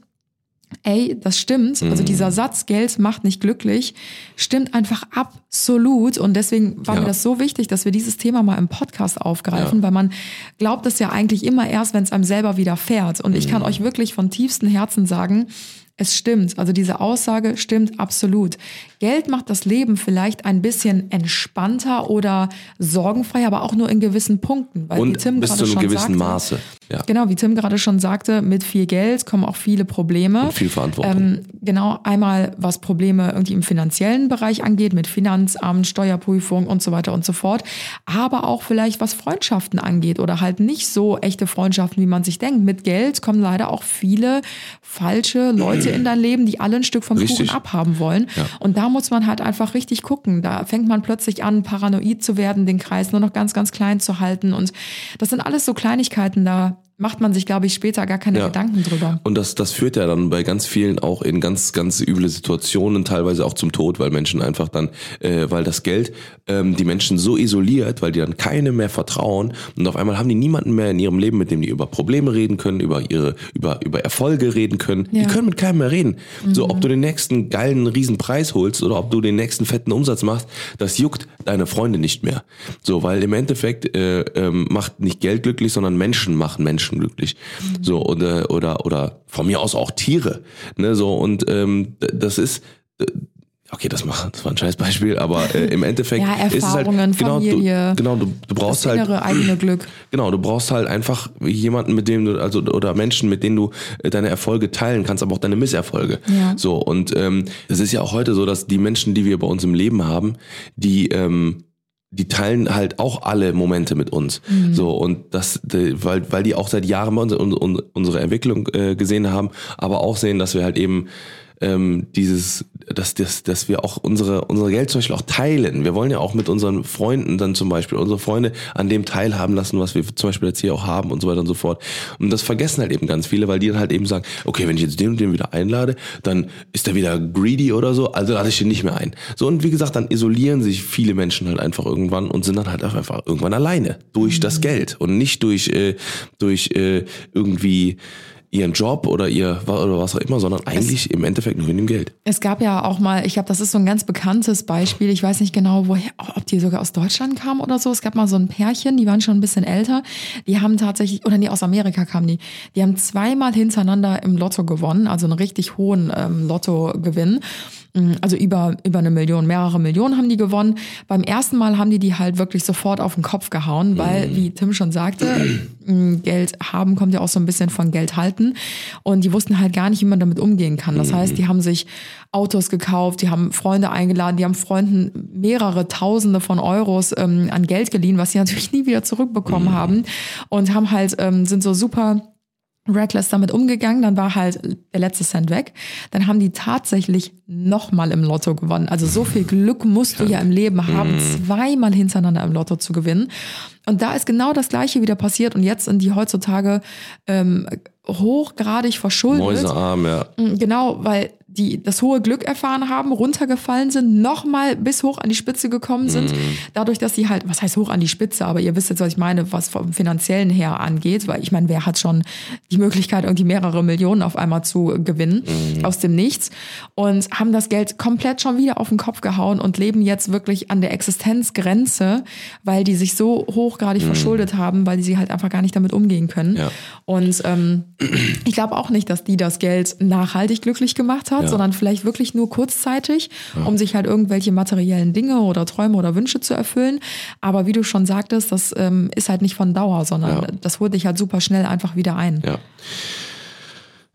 ey, das stimmt. Also dieser Satz, Geld macht nicht glücklich, stimmt einfach absolut. Und deswegen war ja. mir das so wichtig, dass wir dieses Thema mal im Podcast aufgreifen, ja. weil man glaubt es ja eigentlich immer erst, wenn es einem selber widerfährt. Und ich kann euch wirklich von tiefstem Herzen sagen, es stimmt. Also diese Aussage stimmt absolut. Geld macht das Leben vielleicht ein bisschen entspannter oder sorgenfrei, aber auch nur in gewissen Punkten. Weil und wie Tim bis zu einem gewissen sagte, Maße. Ja. Genau, wie Tim gerade schon sagte, mit viel Geld kommen auch viele Probleme. Und viel Verantwortung. Ähm, genau, einmal was Probleme irgendwie im finanziellen Bereich angeht, mit Finanzamt, Steuerprüfung und so weiter und so fort. Aber auch vielleicht was Freundschaften angeht oder halt nicht so echte Freundschaften, wie man sich denkt. Mit Geld kommen leider auch viele falsche Leute in dein Leben, die alle ein Stück vom richtig. Kuchen abhaben wollen. Ja. Und da muss man halt einfach richtig gucken. Da fängt man plötzlich an, paranoid zu werden, den Kreis nur noch ganz, ganz klein zu halten. Und das sind alles so Kleinigkeiten, da macht man sich, glaube ich, später gar keine ja. Gedanken drüber. Und das, das führt ja dann bei ganz vielen auch in ganz, ganz üble Situationen, teilweise auch zum Tod, weil Menschen einfach dann, äh, weil das Geld ähm, die Menschen so isoliert, weil die dann keine mehr vertrauen und auf einmal haben die niemanden mehr in ihrem Leben, mit dem die über Probleme reden können, über ihre, über, über Erfolge reden können. Ja. Die können mit keinem mehr reden. Mhm. So, ob du den nächsten geilen Riesenpreis holst oder ob du den nächsten fetten Umsatz machst, das juckt deine Freunde nicht mehr. So, weil im Endeffekt äh, ähm, macht nicht Geld glücklich, sondern Menschen machen Menschen glücklich. Mhm. So, oder, oder, oder von mir aus auch Tiere. Ne, so, und ähm, das ist, okay, das, macht, das war ein scheiß Beispiel, aber äh, im Endeffekt ja, ist es halt, genau, Familie, du, genau, du, du brauchst das innere halt, eigene Glück. Genau, du brauchst halt einfach jemanden, mit dem du, also, oder Menschen, mit denen du deine Erfolge teilen kannst, aber auch deine Misserfolge. Ja. So, und ähm, es ist ja auch heute so, dass die Menschen, die wir bei uns im Leben haben, die, ähm, die teilen halt auch alle Momente mit uns. Mhm. So, und das, weil, weil die auch seit Jahren bei uns unsere Entwicklung äh, gesehen haben, aber auch sehen, dass wir halt eben ähm, dieses, dass, dass, dass wir auch unsere, unsere Geld zum Beispiel auch teilen. Wir wollen ja auch mit unseren Freunden dann zum Beispiel unsere Freunde an dem teilhaben lassen, was wir zum Beispiel jetzt hier auch haben und so weiter und so fort. Und das vergessen halt eben ganz viele, weil die dann halt eben sagen, okay, wenn ich jetzt den und den wieder einlade, dann ist der wieder greedy oder so, also lade ich den nicht mehr ein. So, und wie gesagt, dann isolieren sich viele Menschen halt einfach irgendwann und sind dann halt einfach irgendwann alleine durch mhm. das Geld und nicht durch, äh, durch äh, irgendwie ihren Job oder ihr oder was auch immer, sondern eigentlich es, im Endeffekt nur in dem Geld. Es gab ja auch mal, ich glaube, das ist so ein ganz bekanntes Beispiel, ich weiß nicht genau, woher, ob die sogar aus Deutschland kamen oder so. Es gab mal so ein Pärchen, die waren schon ein bisschen älter, die haben tatsächlich, oder nee, aus Amerika kamen die, die haben zweimal hintereinander im Lotto gewonnen, also einen richtig hohen ähm, Lottogewinn. Also über, über eine Million, mehrere Millionen haben die gewonnen. Beim ersten Mal haben die die halt wirklich sofort auf den Kopf gehauen, weil, wie Tim schon sagte, Geld haben kommt ja auch so ein bisschen von Geld halten. Und die wussten halt gar nicht, wie man damit umgehen kann. Das heißt, die haben sich Autos gekauft, die haben Freunde eingeladen, die haben Freunden mehrere Tausende von Euros ähm, an Geld geliehen, was sie natürlich nie wieder zurückbekommen haben. Und haben halt, ähm, sind so super reckless damit umgegangen, dann war halt der letzte Cent weg. Dann haben die tatsächlich nochmal im Lotto gewonnen. Also so viel Glück musst du ja im Leben haben, zweimal hintereinander im Lotto zu gewinnen. Und da ist genau das Gleiche wieder passiert. Und jetzt sind die heutzutage ähm, hochgradig verschuldet. Mäusearm, ja. Genau, weil die das hohe Glück erfahren haben, runtergefallen sind, nochmal bis hoch an die Spitze gekommen sind. Mm. Dadurch, dass sie halt, was heißt hoch an die Spitze, aber ihr wisst jetzt, was ich meine, was vom Finanziellen her angeht, weil ich meine, wer hat schon die Möglichkeit, irgendwie mehrere Millionen auf einmal zu gewinnen, mm. aus dem Nichts, und haben das Geld komplett schon wieder auf den Kopf gehauen und leben jetzt wirklich an der Existenzgrenze, weil die sich so hochgradig mm. verschuldet haben, weil die sie halt einfach gar nicht damit umgehen können. Ja. Und ähm, ich glaube auch nicht, dass die das Geld nachhaltig glücklich gemacht hat, ja. sondern vielleicht wirklich nur kurzzeitig, ja. um sich halt irgendwelche materiellen Dinge oder Träume oder Wünsche zu erfüllen. Aber wie du schon sagtest, das ähm, ist halt nicht von Dauer, sondern ja. das holt dich halt super schnell einfach wieder ein. Ja.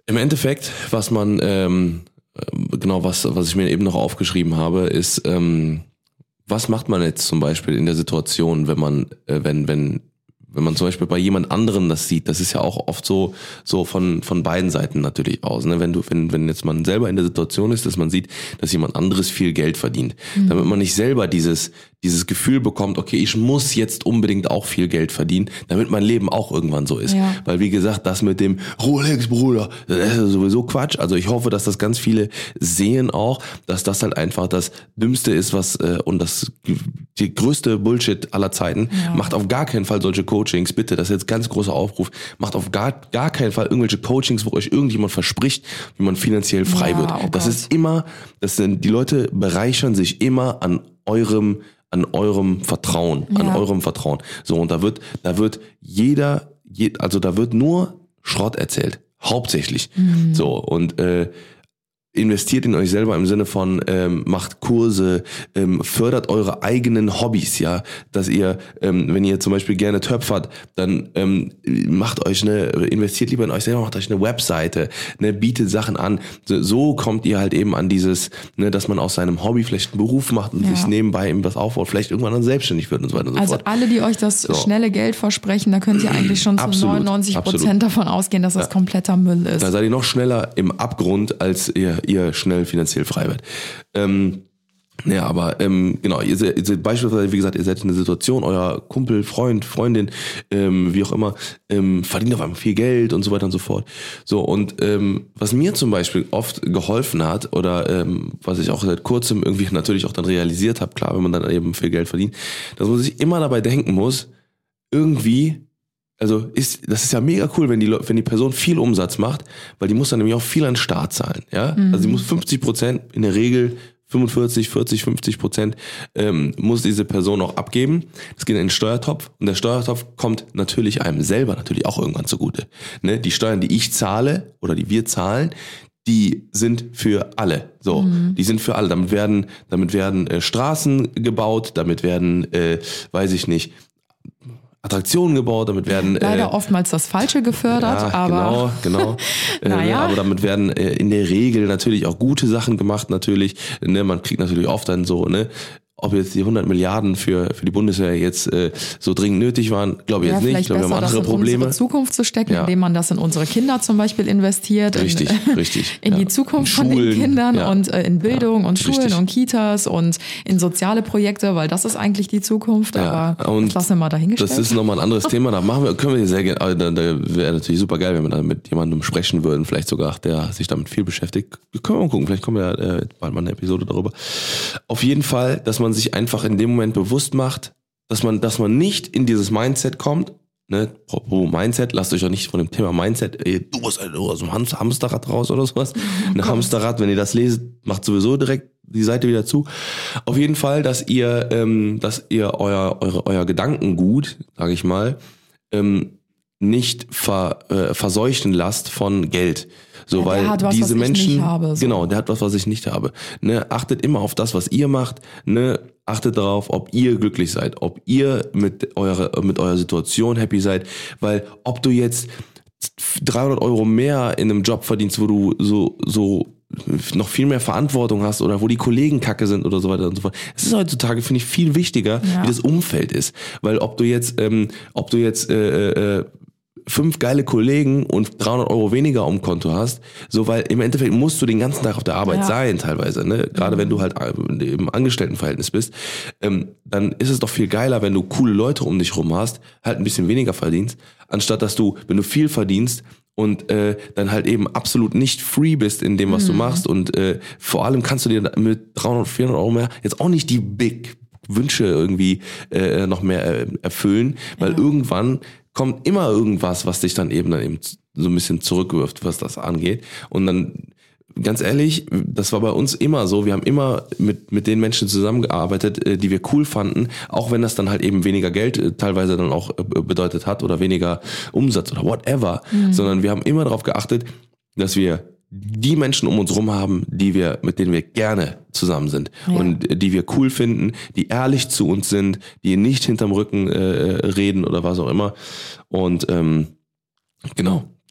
Im Endeffekt, was man, ähm, genau, was, was ich mir eben noch aufgeschrieben habe, ist, ähm, was macht man jetzt zum Beispiel in der Situation, wenn man, äh, wenn, wenn, wenn man zum Beispiel bei jemand anderen das sieht, das ist ja auch oft so, so von, von beiden Seiten natürlich aus, ne? Wenn du, wenn, wenn jetzt man selber in der Situation ist, dass man sieht, dass jemand anderes viel Geld verdient, mhm. damit man nicht selber dieses, dieses Gefühl bekommt, okay, ich muss jetzt unbedingt auch viel Geld verdienen, damit mein Leben auch irgendwann so ist. Ja. Weil wie gesagt, das mit dem Rolex, Bruder, das ist sowieso Quatsch. Also ich hoffe, dass das ganz viele sehen auch, dass das halt einfach das Dümmste ist, was äh, und das die größte Bullshit aller Zeiten. Ja. Macht auf gar keinen Fall solche Coachings, bitte, das ist jetzt ganz großer Aufruf, macht auf gar, gar keinen Fall irgendwelche Coachings, wo euch irgendjemand verspricht, wie man finanziell frei ja, wird. Oh das Gott. ist immer, das sind, die Leute bereichern sich immer an eurem an eurem Vertrauen, ja. an eurem Vertrauen. So, und da wird, da wird jeder, je, also da wird nur Schrott erzählt. Hauptsächlich. Mhm. So, und, äh, investiert in euch selber im Sinne von ähm, macht Kurse, ähm, fördert eure eigenen Hobbys, ja, dass ihr, ähm, wenn ihr zum Beispiel gerne töpfert, dann ähm, macht euch eine, investiert lieber in euch selber, macht euch eine Webseite, ne, bietet Sachen an. So, so kommt ihr halt eben an dieses, ne, dass man aus seinem Hobby vielleicht einen Beruf macht und ja. sich nebenbei eben was aufbaut, vielleicht irgendwann dann selbstständig wird und so weiter und so also fort. Also alle, die euch das so. schnelle Geld versprechen, da könnt ihr eigentlich schon zu absolut, neunundneunzig Prozent absolut. davon ausgehen, dass das ja. kompletter Müll ist. Da seid ihr noch schneller im Abgrund, als ihr ihr schnell finanziell frei werdet. Ähm, ja, aber ähm, genau, ihr seid, ihr seid beispielsweise, wie gesagt, ihr seid in einer Situation, euer Kumpel, Freund, Freundin, ähm, wie auch immer, ähm, verdient auf einmal viel Geld und so weiter und so fort. So, und ähm, was mir zum Beispiel oft geholfen hat oder ähm, was ich auch seit kurzem irgendwie natürlich auch dann realisiert habe, klar, wenn man dann eben viel Geld verdient, dass man sich immer dabei denken muss, irgendwie Also ist, das ist ja mega cool, wenn die Leute, wenn die Person viel Umsatz macht, weil die muss dann nämlich auch viel an Start zahlen, ja. Mhm. Also sie muss fünfzig Prozent in der Regel fünfundvierzig, vierzig, fünfzig Prozent ähm, muss diese Person auch abgeben. Das geht in den Steuertopf und der Steuertopf kommt natürlich einem selber natürlich auch irgendwann zugute. Ne? Die Steuern, die ich zahle oder die wir zahlen, die sind für alle. So, mhm. die sind für alle. Damit werden, damit werden äh, Straßen gebaut, damit werden, äh, weiß ich nicht, Attraktionen gebaut, damit werden leider äh, oftmals das Falsche gefördert, ja, aber genau, genau. naja. äh, aber damit werden äh, in der Regel natürlich auch gute Sachen gemacht, natürlich. Ne, man kriegt natürlich oft dann so, ne, ob jetzt die hundert Milliarden für für die Bundeswehr jetzt äh, so dringend nötig waren, glaube ich ja, jetzt nicht. Ich glaube, wir haben andere das in Probleme. Unsere Zukunft zu stecken, ja. indem man das in unsere Kinder zum Beispiel investiert. Richtig, in, richtig. In ja. die Zukunft in von den Kindern ja. und äh, in Bildung ja, und Schulen richtig. und Kitas und in soziale Projekte, weil das ist eigentlich die Zukunft. Ja. Aber und das lassen wir mal dahingestellt. Das ist nochmal ein anderes Thema. Da machen wir, können wir sehr gerne. Also da, da wäre natürlich super geil, wenn wir da mit jemandem sprechen würden, vielleicht sogar, der sich damit viel beschäftigt. Können wir mal gucken. Vielleicht kommen wir ja äh, bald mal eine Episode darüber. Auf jeden Fall, dass man sich einfach in dem Moment bewusst macht, dass man, dass man nicht in dieses Mindset kommt. Ne, pro Mindset, lasst euch auch nicht von dem Thema Mindset, ey, du bist aus dem Hamsterrad raus oder sowas. Ein oh Hamsterrad, wenn ihr das lest, macht sowieso direkt die Seite wieder zu. Auf jeden Fall, dass ihr, ähm, dass ihr euer, eure, euer Gedankengut, sage ich mal, ähm, nicht ver, äh, verseuchen lasst von Geld. So, ja, weil der hat was, diese was Menschen, ich nicht habe, so. Genau, der hat was, was ich nicht habe. Ne, achtet immer auf das, was ihr macht. Ne, achtet darauf, ob ihr glücklich seid, ob ihr mit eurer mit eurer Situation happy seid, weil ob du jetzt dreihundert Euro mehr in einem Job verdienst, wo du so so noch viel mehr Verantwortung hast oder wo die Kollegen kacke sind oder so weiter und so fort. Es ist heutzutage, finde ich, viel wichtiger, ja. wie das Umfeld ist, weil ob du jetzt ähm, ob du jetzt äh, äh, fünf geile Kollegen und dreihundert Euro weniger am Konto hast, so, weil im Endeffekt musst du den ganzen Tag auf der Arbeit ja. sein teilweise, ne? Gerade mhm. wenn du halt im Angestelltenverhältnis bist, ähm, dann ist es doch viel geiler, wenn du coole Leute um dich rum hast, halt ein bisschen weniger verdienst, anstatt dass du, wenn du viel verdienst und äh, dann halt eben absolut nicht free bist in dem, was mhm. du machst und äh, vor allem kannst du dir mit dreihundert, vierhundert Euro mehr jetzt auch nicht die Big Wünsche irgendwie äh, noch mehr äh, erfüllen, weil ja. irgendwann kommt immer irgendwas, was dich dann eben dann eben so ein bisschen zurückwirft, was das angeht. Und dann, ganz ehrlich, das war bei uns immer so. Wir haben immer mit mit den Menschen zusammengearbeitet, die wir cool fanden, auch wenn das dann halt eben weniger Geld teilweise dann auch bedeutet hat oder weniger Umsatz oder whatever. Mhm. Sondern wir haben immer darauf geachtet, dass wir die Menschen um uns rum haben, die wir, mit denen wir gerne zusammen sind ja. und die wir cool finden, die ehrlich zu uns sind, die nicht hinterm Rücken äh, reden oder was auch immer. Und ähm, genau,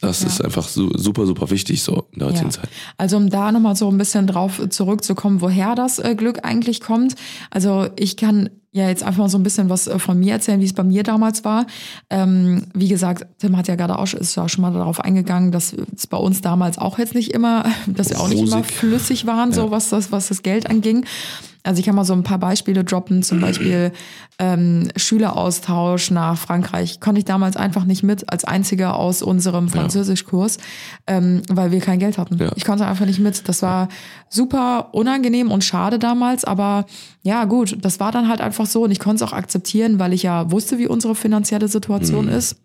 Das Ja. ist einfach su- super, super wichtig so in der heutigen Ja. Zeit. Also um da nochmal so ein bisschen drauf zurückzukommen, woher das äh, Glück eigentlich kommt. Also ich kann ja jetzt einfach mal so ein bisschen was äh, von mir erzählen, wie es bei mir damals war. Ähm, wie gesagt, Tim hat ja gerade auch, ist ja auch schon mal darauf eingegangen, dass es bei uns damals auch jetzt nicht immer, dass wir auch nicht immer Rosig. flüssig waren, so was das, was das Geld anging. Also ich kann mal so ein paar Beispiele droppen, zum Beispiel ähm, Schüleraustausch nach Frankreich. Konnte ich damals einfach nicht mit, als einziger aus unserem Französischkurs, ähm, weil wir kein Geld hatten. Ja. Ich konnte einfach nicht mit. Das war super unangenehm und schade damals, aber ja gut, das war dann halt einfach so und ich konnte es auch akzeptieren, weil ich ja wusste, wie unsere finanzielle Situation ist.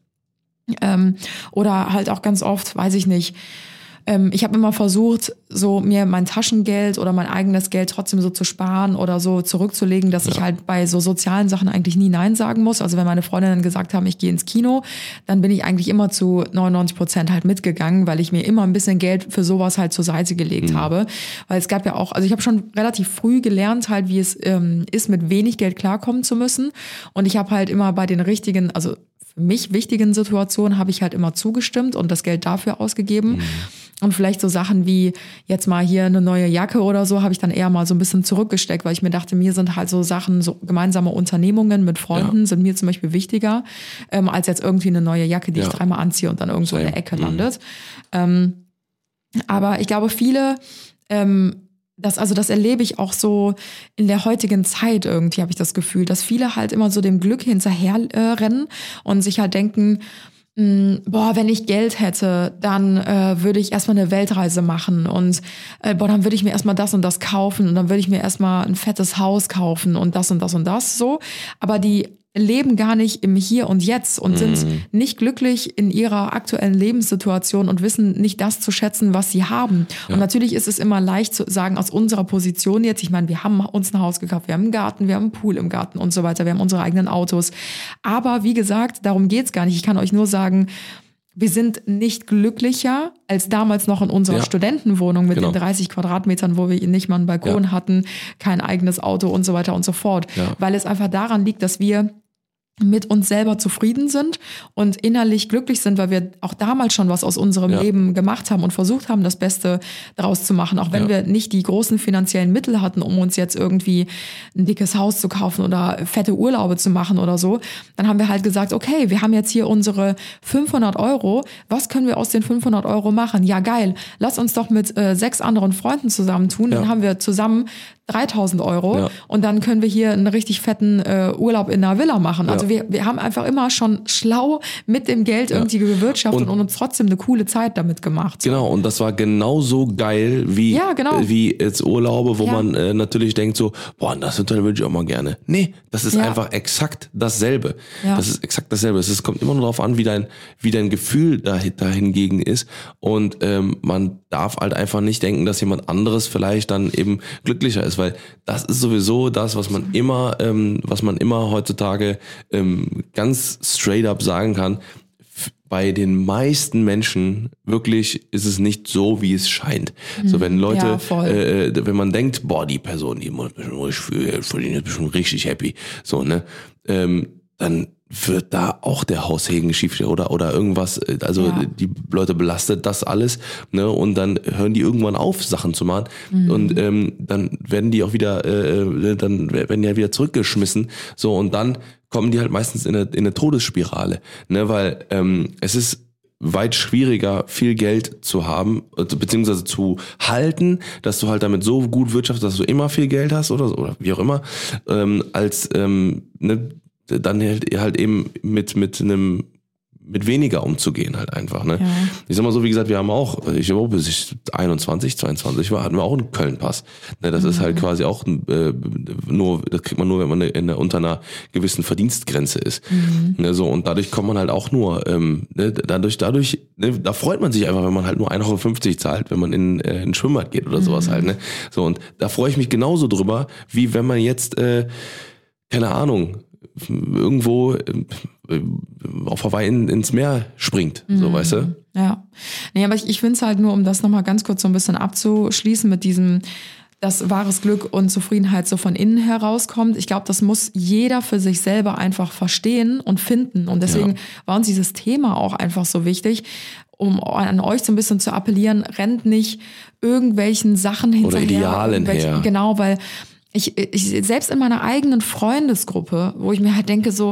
Ähm, oder halt auch ganz oft, weiß ich nicht, ähm, ich habe immer versucht, so mir mein Taschengeld oder mein eigenes Geld trotzdem so zu sparen oder so zurückzulegen, dass ich halt bei so sozialen Sachen eigentlich nie Nein sagen muss. Also wenn meine Freundinnen gesagt haben, ich gehe ins Kino, dann bin ich eigentlich immer zu neunundneunzig Prozent halt mitgegangen, weil ich mir immer ein bisschen Geld für sowas halt zur Seite gelegt habe. Weil es gab ja auch, also ich habe schon relativ früh gelernt halt, wie es ähm, ist, mit wenig Geld klarkommen zu müssen. Und ich habe halt immer bei den richtigen, also für mich wichtigen Situationen habe ich halt immer zugestimmt und das Geld dafür ausgegeben. Mhm. Und vielleicht so Sachen wie jetzt mal hier eine neue Jacke oder so habe ich dann eher mal so ein bisschen zurückgesteckt, weil ich mir dachte, mir sind halt so Sachen, so gemeinsame Unternehmungen mit Freunden Ja. sind mir zum Beispiel wichtiger, ähm, als jetzt irgendwie eine neue Jacke, die Ja. ich dreimal anziehe und dann irgendwo in Same. der Ecke Mhm. landet. Ähm, aber ich glaube, viele, ähm, das, also das erlebe ich auch so in der heutigen Zeit irgendwie, habe ich das Gefühl, dass viele halt immer so dem Glück hinterher äh, rennen und sich halt denken, mh, boah, wenn ich Geld hätte, dann äh, würde ich erstmal eine Weltreise machen und äh, boah, dann würde ich mir erstmal das und das kaufen und dann würde ich mir erstmal ein fettes Haus kaufen und das und das und das so. Aber die leben gar nicht im Hier und Jetzt und sind nicht glücklich in ihrer aktuellen Lebenssituation und wissen nicht das zu schätzen, was sie haben. Ja. Und natürlich ist es immer leicht zu sagen, aus unserer Position jetzt, ich meine, wir haben uns ein Haus gekauft, wir haben einen Garten, wir haben einen Pool im Garten und so weiter, wir haben unsere eigenen Autos. Aber wie gesagt, darum geht's gar nicht. Ich kann euch nur sagen, wir sind nicht glücklicher als damals noch in unserer Ja. Studentenwohnung mit Genau. den dreißig Quadratmetern, wo wir nicht mal einen Balkon Ja. hatten, kein eigenes Auto und so weiter und so fort. Ja. Weil es einfach daran liegt, dass wir mit uns selber zufrieden sind und innerlich glücklich sind, weil wir auch damals schon was aus unserem Ja. Leben gemacht haben und versucht haben, das Beste daraus zu machen. Auch wenn Ja. wir nicht die großen finanziellen Mittel hatten, um uns jetzt irgendwie ein dickes Haus zu kaufen oder fette Urlaube zu machen oder so, dann haben wir halt gesagt, okay, wir haben jetzt hier unsere fünfhundert Euro. Was können wir aus den fünfhundert Euro machen? Ja, geil. Lass uns doch mit äh, sechs anderen Freunden zusammentun. Ja. Dann haben wir zusammen dreitausend Euro Ja. und dann können wir hier einen richtig fetten äh, Urlaub in einer Villa machen. Ja. Also wir, wir haben einfach immer schon schlau mit dem Geld irgendwie gewirtschaftet und, Und- und uns trotzdem eine coole Zeit damit gemacht. Genau, und das war genauso geil wie, Ja, genau. äh, wie jetzt Urlaube, wo Ja. man äh, natürlich denkt so, boah, das Hotel würde ich auch mal gerne. Nee, das ist Ja. einfach exakt dasselbe. Ja. Das ist exakt dasselbe. Es ist, kommt immer nur darauf an, wie dein, wie dein Gefühl dahin, dahingegen ist. Und ähm, man darf halt einfach nicht denken, dass jemand anderes vielleicht dann eben glücklicher ist, weil das ist sowieso das, was man immer, ähm, was man immer heutzutage ähm, ganz straight up sagen kann. Bei den meisten Menschen wirklich ist es nicht so, wie es scheint. So wenn Leute, Ja, voll. äh, wenn man denkt, boah, die Person, die muss bestimmt richtig viel Geld verdienen, ist bestimmt richtig happy, so ne, ähm, dann wird da auch der Haussegen schief oder oder irgendwas, äh, also Ja. die Leute belastet das alles, ne, und dann hören die irgendwann auf, Sachen zu machen und ähm, dann werden die auch wieder, äh, dann werden die halt wieder zurückgeschmissen, so, und dann kommen die halt meistens in eine, in eine Todesspirale, ne, weil ähm, es ist weit schwieriger, viel Geld zu haben, also beziehungsweise zu halten, dass du halt damit so gut wirtschaftest, dass du immer viel Geld hast oder so, oder wie auch immer, ähm, als ähm, ne, dann halt, halt eben mit mit einem mit weniger umzugehen halt einfach, ne? Ja. Ich sag mal so, wie gesagt, wir haben auch, ich habe auch bis ich einundzwanzig, zweiundzwanzig war, hatten wir auch einen Köln-Pass. Ne, das ist halt quasi auch äh, nur, das kriegt man nur, wenn man in der, unter einer gewissen Verdienstgrenze ist. Ne, so, und dadurch kommt man halt auch nur, ähm, ne, dadurch, dadurch, ne, da freut man sich einfach, wenn man halt nur ein Euro fünfzig zahlt, wenn man in äh, ein Schwimmbad geht oder sowas halt, ne? So, und da freue ich mich genauso drüber, wie wenn man jetzt, äh, keine Ahnung, irgendwo äh, auf Hawaii in, ins Meer springt, so, weißt du? Ja. Nee, aber ich, ich finde es halt nur, um das nochmal ganz kurz so ein bisschen abzuschließen mit diesem, dass wahres Glück und Zufriedenheit so von innen herauskommt. Ich glaube, das muss jeder für sich selber einfach verstehen und finden. Und deswegen ja. war uns dieses Thema auch einfach so wichtig, um an euch so ein bisschen zu appellieren, rennt nicht irgendwelchen Sachen hinterher. Oder Idealen her. Genau, weil ich, ich selbst in meiner eigenen Freundesgruppe, wo ich mir halt denke so,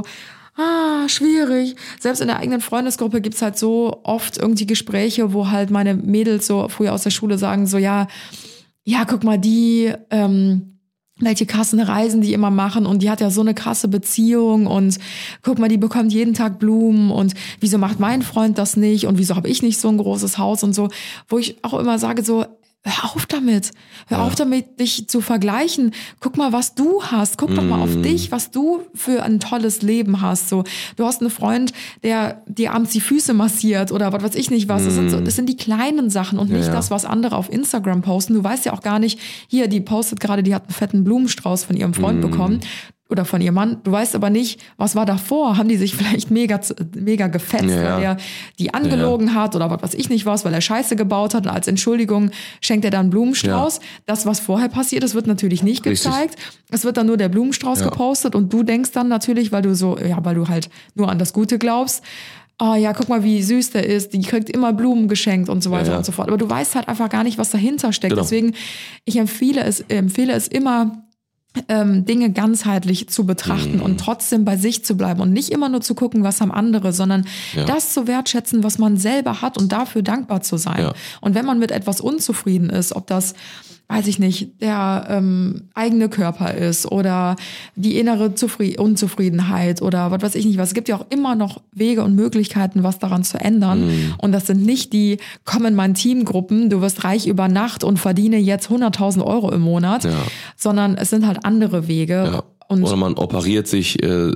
ah, schwierig. Selbst in der eigenen Freundesgruppe gibt's halt so oft irgendwie Gespräche, wo halt meine Mädels so früher aus der Schule sagen so, ja, ja, guck mal, die, ähm, welche krassen Reisen die immer machen und die hat ja so eine krasse Beziehung und guck mal, die bekommt jeden Tag Blumen und wieso macht mein Freund das nicht und wieso habe ich nicht so ein großes Haus und so, wo ich auch immer sage so, hör auf damit, hör ja. auf damit, dich zu vergleichen. Guck mal, was du hast. Guck mm. doch mal auf dich, was du für ein tolles Leben hast. So, du hast einen Freund, der dir abends die Füße massiert oder was weiß ich nicht was. Mm. Das sind so, das sind die kleinen Sachen und nicht ja. das, was andere auf Instagram posten. Du weißt ja auch gar nicht, hier, die postet gerade, die hat einen fetten Blumenstrauß von ihrem Freund mm. bekommen. Oder von ihrem Mann. Du weißt aber nicht, was war davor. Haben die sich vielleicht mega, mega gefetzt, ja. weil er die angelogen ja. hat oder was weiß ich nicht was, weil er Scheiße gebaut hat und als Entschuldigung schenkt er dann einen Blumenstrauß. Ja. Das, was vorher passiert ist, wird natürlich nicht gezeigt. Richtig. Es wird dann nur der Blumenstrauß ja. gepostet und du denkst dann natürlich, weil du so, ja, weil du halt nur an das Gute glaubst, oh ja, guck mal, wie süß der ist, die kriegt immer Blumen geschenkt und so weiter ja, ja. und so fort. Aber du weißt halt einfach gar nicht, was dahinter steckt. Genau. Deswegen, ich empfehle es, empfehle es immer, Ähm, Dinge ganzheitlich zu betrachten mm. und trotzdem bei sich zu bleiben und nicht immer nur zu gucken, was haben andere, sondern ja. das zu wertschätzen, was man selber hat und dafür dankbar zu sein. Ja. Und wenn man mit etwas unzufrieden ist, ob das, weiß ich nicht, der ähm, eigene Körper ist oder die innere Zufried- Unzufriedenheit oder was weiß ich nicht was. Es gibt ja auch immer noch Wege und Möglichkeiten, was daran zu ändern. Mm. Und das sind nicht die, komm in mein Teamgruppen, du wirst reich über Nacht und verdiene jetzt hunderttausend Euro im Monat, ja. sondern es sind halt andere Wege. Ja. Und oder man operiert sich äh,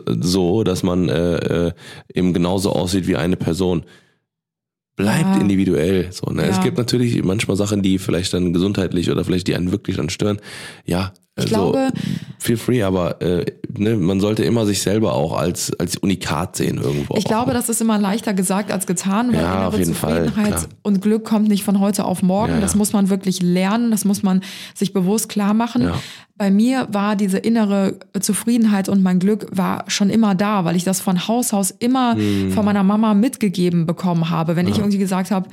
so, dass man äh, eben genauso aussieht wie eine Person. Bleibt ja. individuell. So, ne? Ja. Es gibt natürlich manchmal Sachen, die vielleicht dann gesundheitlich oder vielleicht die einen wirklich dann stören. Ja, ich also, glaube, feel free, aber äh, ne, man sollte immer sich selber auch als als Unikat sehen irgendwo. Ich auch. glaube, das ist immer leichter gesagt als getan, weil ja, innere Zufriedenheit Fall, und Glück kommt nicht von heute auf morgen. Ja, ja. Das muss man wirklich lernen, das muss man sich bewusst klar machen. Ja. Bei mir war diese innere Zufriedenheit und mein Glück war schon immer da, weil ich das von Haus aus immer hm. von meiner Mama mitgegeben bekommen habe. Wenn ja. ich irgendwie gesagt habe,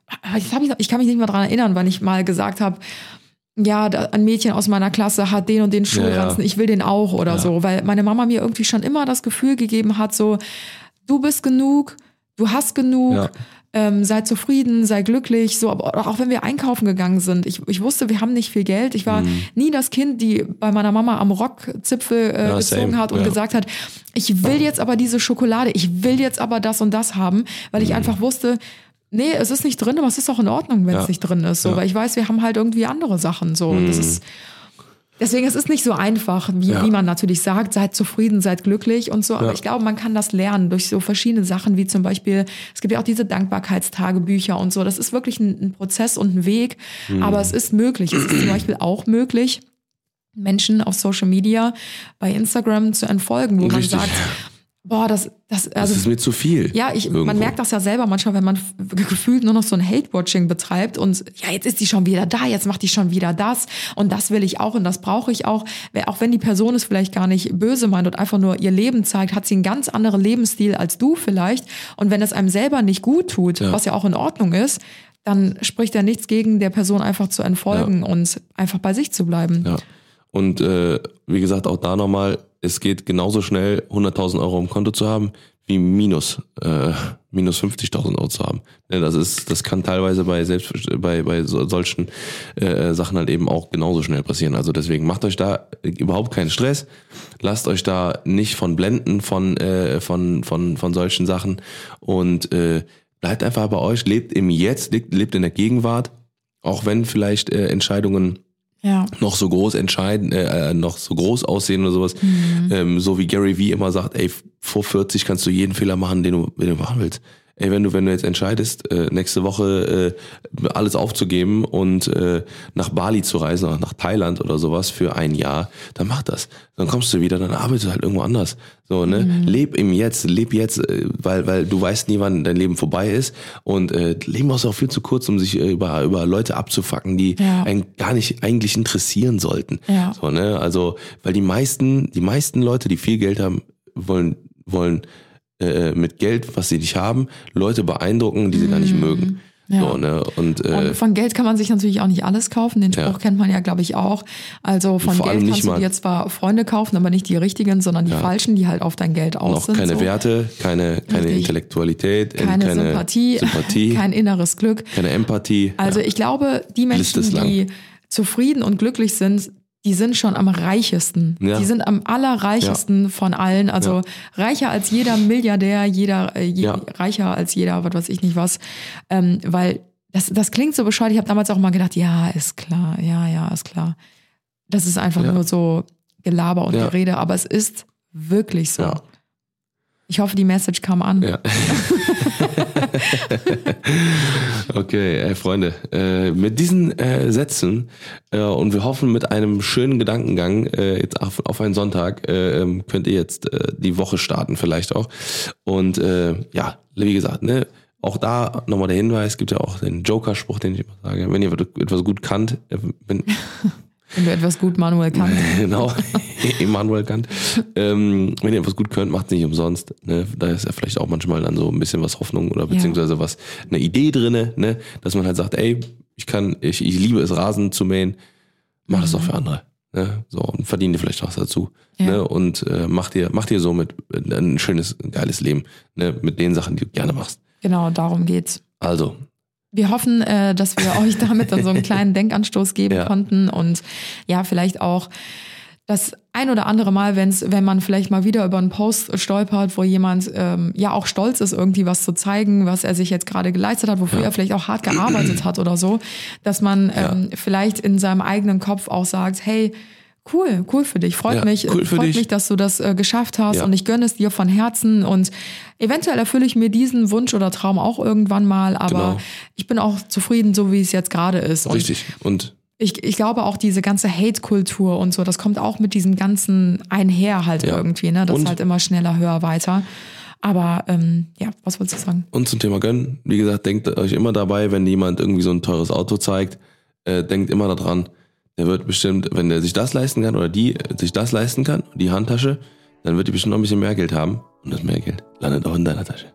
ich kann mich nicht mehr daran erinnern, wann ich mal gesagt habe, ja, ein Mädchen aus meiner Klasse hat den und den Schulranzen, ja, ja. ich will den auch oder ja. so, weil meine Mama mir irgendwie schon immer das Gefühl gegeben hat, so, du bist genug, du hast genug, ja. ähm, sei zufrieden, sei glücklich, so, aber auch wenn wir einkaufen gegangen sind, ich, ich wusste, wir haben nicht viel Geld, ich war mhm. nie das Kind, die bei meiner Mama am Rockzipfel äh, ja, gezogen same. hat und ja. gesagt hat, ich will jetzt aber diese Schokolade, ich will jetzt aber das und das haben, weil mhm. ich einfach wusste, nee, es ist nicht drin, aber es ist auch in Ordnung, wenn ja. es nicht drin ist. So, ja. Weil ich weiß, wir haben halt irgendwie andere Sachen. So. Und das ist, deswegen, es ist nicht so einfach, wie, ja. wie man natürlich sagt, seid zufrieden, seid glücklich und so. Aber ja. ich glaube, man kann das lernen durch so verschiedene Sachen, wie zum Beispiel, es gibt ja auch diese Dankbarkeitstagebücher und so. Das ist wirklich ein, ein Prozess und ein Weg. Mhm. Aber es ist möglich. Es ist zum Beispiel auch möglich, Menschen auf Social Media bei Instagram zu entfolgen, wo Richtig. man sagt, boah, das, das, also, das ist mir zu viel. Ja, ich, man merkt das ja selber manchmal, wenn man gefühlt nur noch so ein Hate-Watching betreibt und ja, jetzt ist die schon wieder da, jetzt macht die schon wieder das und das will ich auch und das brauche ich auch. Auch wenn die Person es vielleicht gar nicht böse meint und einfach nur ihr Leben zeigt, hat sie einen ganz anderen Lebensstil als du vielleicht. Und wenn es einem selber nicht gut tut, ja. was ja auch in Ordnung ist, dann spricht ja nichts gegen, der Person einfach zu entfolgen ja. und einfach bei sich zu bleiben. Ja. Und äh, wie gesagt, auch da nochmal, es geht genauso schnell, hunderttausend Euro im Konto zu haben, wie minus, äh, minus fünfzigtausend Euro zu haben. Das ist, das kann teilweise bei selbst bei bei so, solchen äh, Sachen halt eben auch genauso schnell passieren. Also deswegen macht euch da überhaupt keinen Stress, lasst euch da nicht von blenden von äh, von von von solchen Sachen und äh, bleibt einfach bei euch, lebt im Jetzt, lebt, lebt in der Gegenwart, auch wenn vielleicht äh, Entscheidungen Ja. noch so groß entscheiden, äh, noch so groß aussehen oder sowas. Mhm. Ähm, so wie Gary Vee immer sagt, ey, vor vierzig kannst du jeden Fehler machen, den du, den du machen willst. ey, wenn du, wenn du jetzt entscheidest, äh, nächste Woche äh, alles aufzugeben und äh, nach Bali zu reisen, oder nach Thailand oder sowas für ein Jahr, dann mach das. Dann kommst du wieder, dann arbeitest du halt irgendwo anders. So, ne? Mhm. Leb im Jetzt, leb jetzt, äh, weil, weil du weißt nie, wann dein Leben vorbei ist. Und äh, Leben ist auch viel zu kurz, um sich äh, über, über Leute abzufacken, die Ja. einen gar nicht eigentlich interessieren sollten. Ja. So, ne? Also, weil die meisten, die meisten Leute, die viel Geld haben, wollen, wollen äh, mit Geld, was sie nicht haben, Leute beeindrucken, die sie gar nicht mögen. Ja. So, ne? Und, äh, Und von Geld kann man sich natürlich auch nicht alles kaufen. Den Spruch Ja. kennt man ja, glaube ich, auch. Also von Vor allem Geld nicht kannst du mal- dir zwar Freunde kaufen, aber nicht die richtigen, sondern die Ja. falschen, die halt auf dein Geld aus noch sind. keine so. Werte, keine, keine Richtig. Intellektualität, Keine, keine Sympathie, Sympathie, kein inneres Glück. keine Empathie. Also ja. ich glaube, die Liste ist Menschen, lang. die zufrieden und glücklich sind, die sind schon am reichesten. Ja. Die sind am allerreichesten von allen. Also Ja. reicher als jeder Milliardär, jeder äh, je, Ja. reicher als jeder, was weiß ich nicht was. Ähm, weil das, das klingt so bescheuert. Ich habe damals auch mal gedacht, ja, ist klar, ja, ja, ist klar. Das ist einfach Ja. nur so Gelaber und Ja. Gerede, aber es ist wirklich so. Ja. Ich hoffe, die Message kam an. Ja. Okay, ey, Freunde, äh, mit diesen äh, Sätzen äh, und wir hoffen mit einem schönen Gedankengang äh, jetzt auf, auf einen Sonntag äh, ähm, könnt ihr jetzt äh, die Woche starten vielleicht auch. Und äh, ja, wie gesagt, ne, auch da nochmal der Hinweis, gibt ja auch den Joker-Spruch, den ich immer sage, wenn ihr etwas gut kannt, äh, wenn, Wenn du etwas gut manuell kannst. genau, Immanuel Kant. Ähm, wenn ihr etwas gut könnt, macht es nicht umsonst. Ne? Da ist ja vielleicht auch manchmal dann so ein bisschen was Hoffnung oder beziehungsweise was, eine Idee drinne, ne? Dass man halt sagt, ey, ich kann, ich, ich liebe es, Rasen zu mähen, mach das doch für andere. Ne? So, und verdien dir vielleicht was dazu. Ja. Ne? Und äh, mach dir, mach dir somit ein schönes, geiles Leben, ne? Mit den Sachen, die du gerne machst. Genau, darum geht's. Also, Wir hoffen, äh, dass wir euch damit dann so einen kleinen Denkanstoß geben Ja. konnten und ja, vielleicht auch das ein oder andere Mal, wenn's, wenn man vielleicht mal wieder über einen Post stolpert, wo jemand ähm, ja auch stolz ist, irgendwie was zu zeigen, was er sich jetzt gerade geleistet hat, wofür Ja. er vielleicht auch hart gearbeitet hat oder so, dass man Ja. ähm, vielleicht in seinem eigenen Kopf auch sagt, hey, cool, cool für dich, freut Ja, mich, cool für freut dich. mich, dass du das äh, geschafft hast Ja. und ich gönne es dir von Herzen und eventuell erfülle ich mir diesen Wunsch oder Traum auch irgendwann mal, aber Genau. ich bin auch zufrieden, so wie es jetzt gerade ist. Und richtig. Und ich, ich glaube auch diese ganze Hate-Kultur und so, das kommt auch mit diesem Ganzen einher halt Ja. irgendwie, ne? Das Und- ist halt immer schneller, höher, weiter. Aber ähm, ja, was wolltest du sagen? Und zum Thema Gönnen, wie gesagt, denkt euch immer dabei, wenn jemand irgendwie so ein teures Auto zeigt, äh, denkt immer daran, der wird bestimmt, wenn der sich das leisten kann oder die äh, sich das leisten kann, die Handtasche, dann wird die bestimmt noch ein bisschen mehr Geld haben. Und das mehr Geld landet auch in deiner Tasche.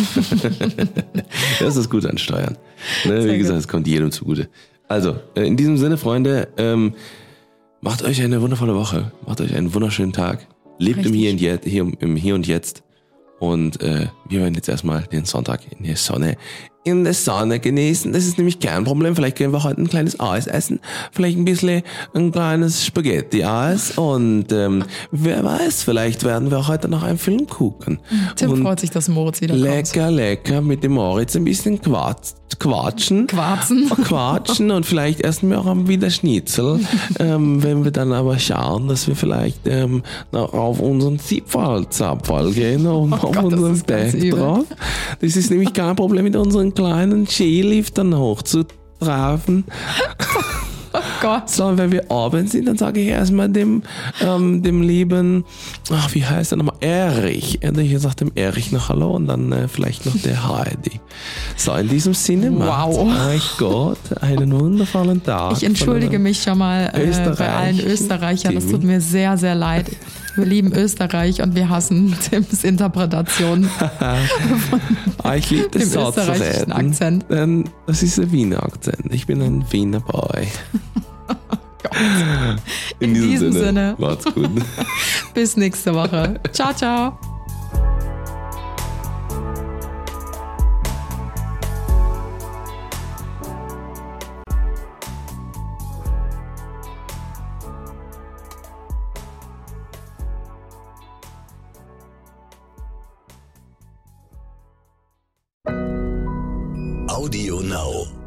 Das ist das Gute an Steuern. Ne, wie Sehr gesagt, gut. es kommt jedem zugute. Also, äh, in diesem Sinne, Freunde, ähm, macht euch eine wundervolle Woche, macht euch einen wunderschönen Tag, lebt im Richtig. Hier und Jetzt, hier, im Hier und Jetzt. Und äh, wir werden jetzt erstmal den Sonntag in der Sonne, in der Sonne genießen. Das ist nämlich kein Problem. Vielleicht können wir heute ein kleines Eis essen. Vielleicht ein bisschen ein kleines Spaghetti-Eis. Und ähm, wer weiß, vielleicht werden wir heute noch einen Film gucken. Tim und freut sich, dass Moritz wieder kommt. lecker, lecker mit dem Moritz ein bisschen quatsch, quatschen. Quarzen. Quatschen und vielleicht essen wir auch wieder Schnitzel, ähm, wenn wir dann aber schauen, dass wir vielleicht ähm, noch auf unseren Zipfel, Zapfel gehen und auf Gott, das unseren ist ganz Deck übel. drauf. Das ist nämlich kein Problem, mit unseren kleinen Skiliftern hochzutrafen. Oh Gott. Sondern wenn wir oben sind, dann sage ich erstmal dem, ähm, dem lieben, ach, wie heißt er nochmal? Erich. Ich sage dem Erich noch Hallo und dann äh, vielleicht noch der Heidi. So, in diesem Sinne, Wow. macht euch Gott einen wundervollen Tag. Ich entschuldige mich schon mal äh, Österreich. bei allen Österreichern. Das Timmy. tut mir sehr, sehr leid. Wir lieben Österreich und wir hassen Tims Interpretation. Ah, ich liebe das Dem so zu österreichischen reden. Akzent. Denn das ist ein Wiener Akzent. Ich bin ein Wiener Boy. In diesem Sinne. Macht's gut. Bis nächste Woche. Ciao, ciao. Audio Now.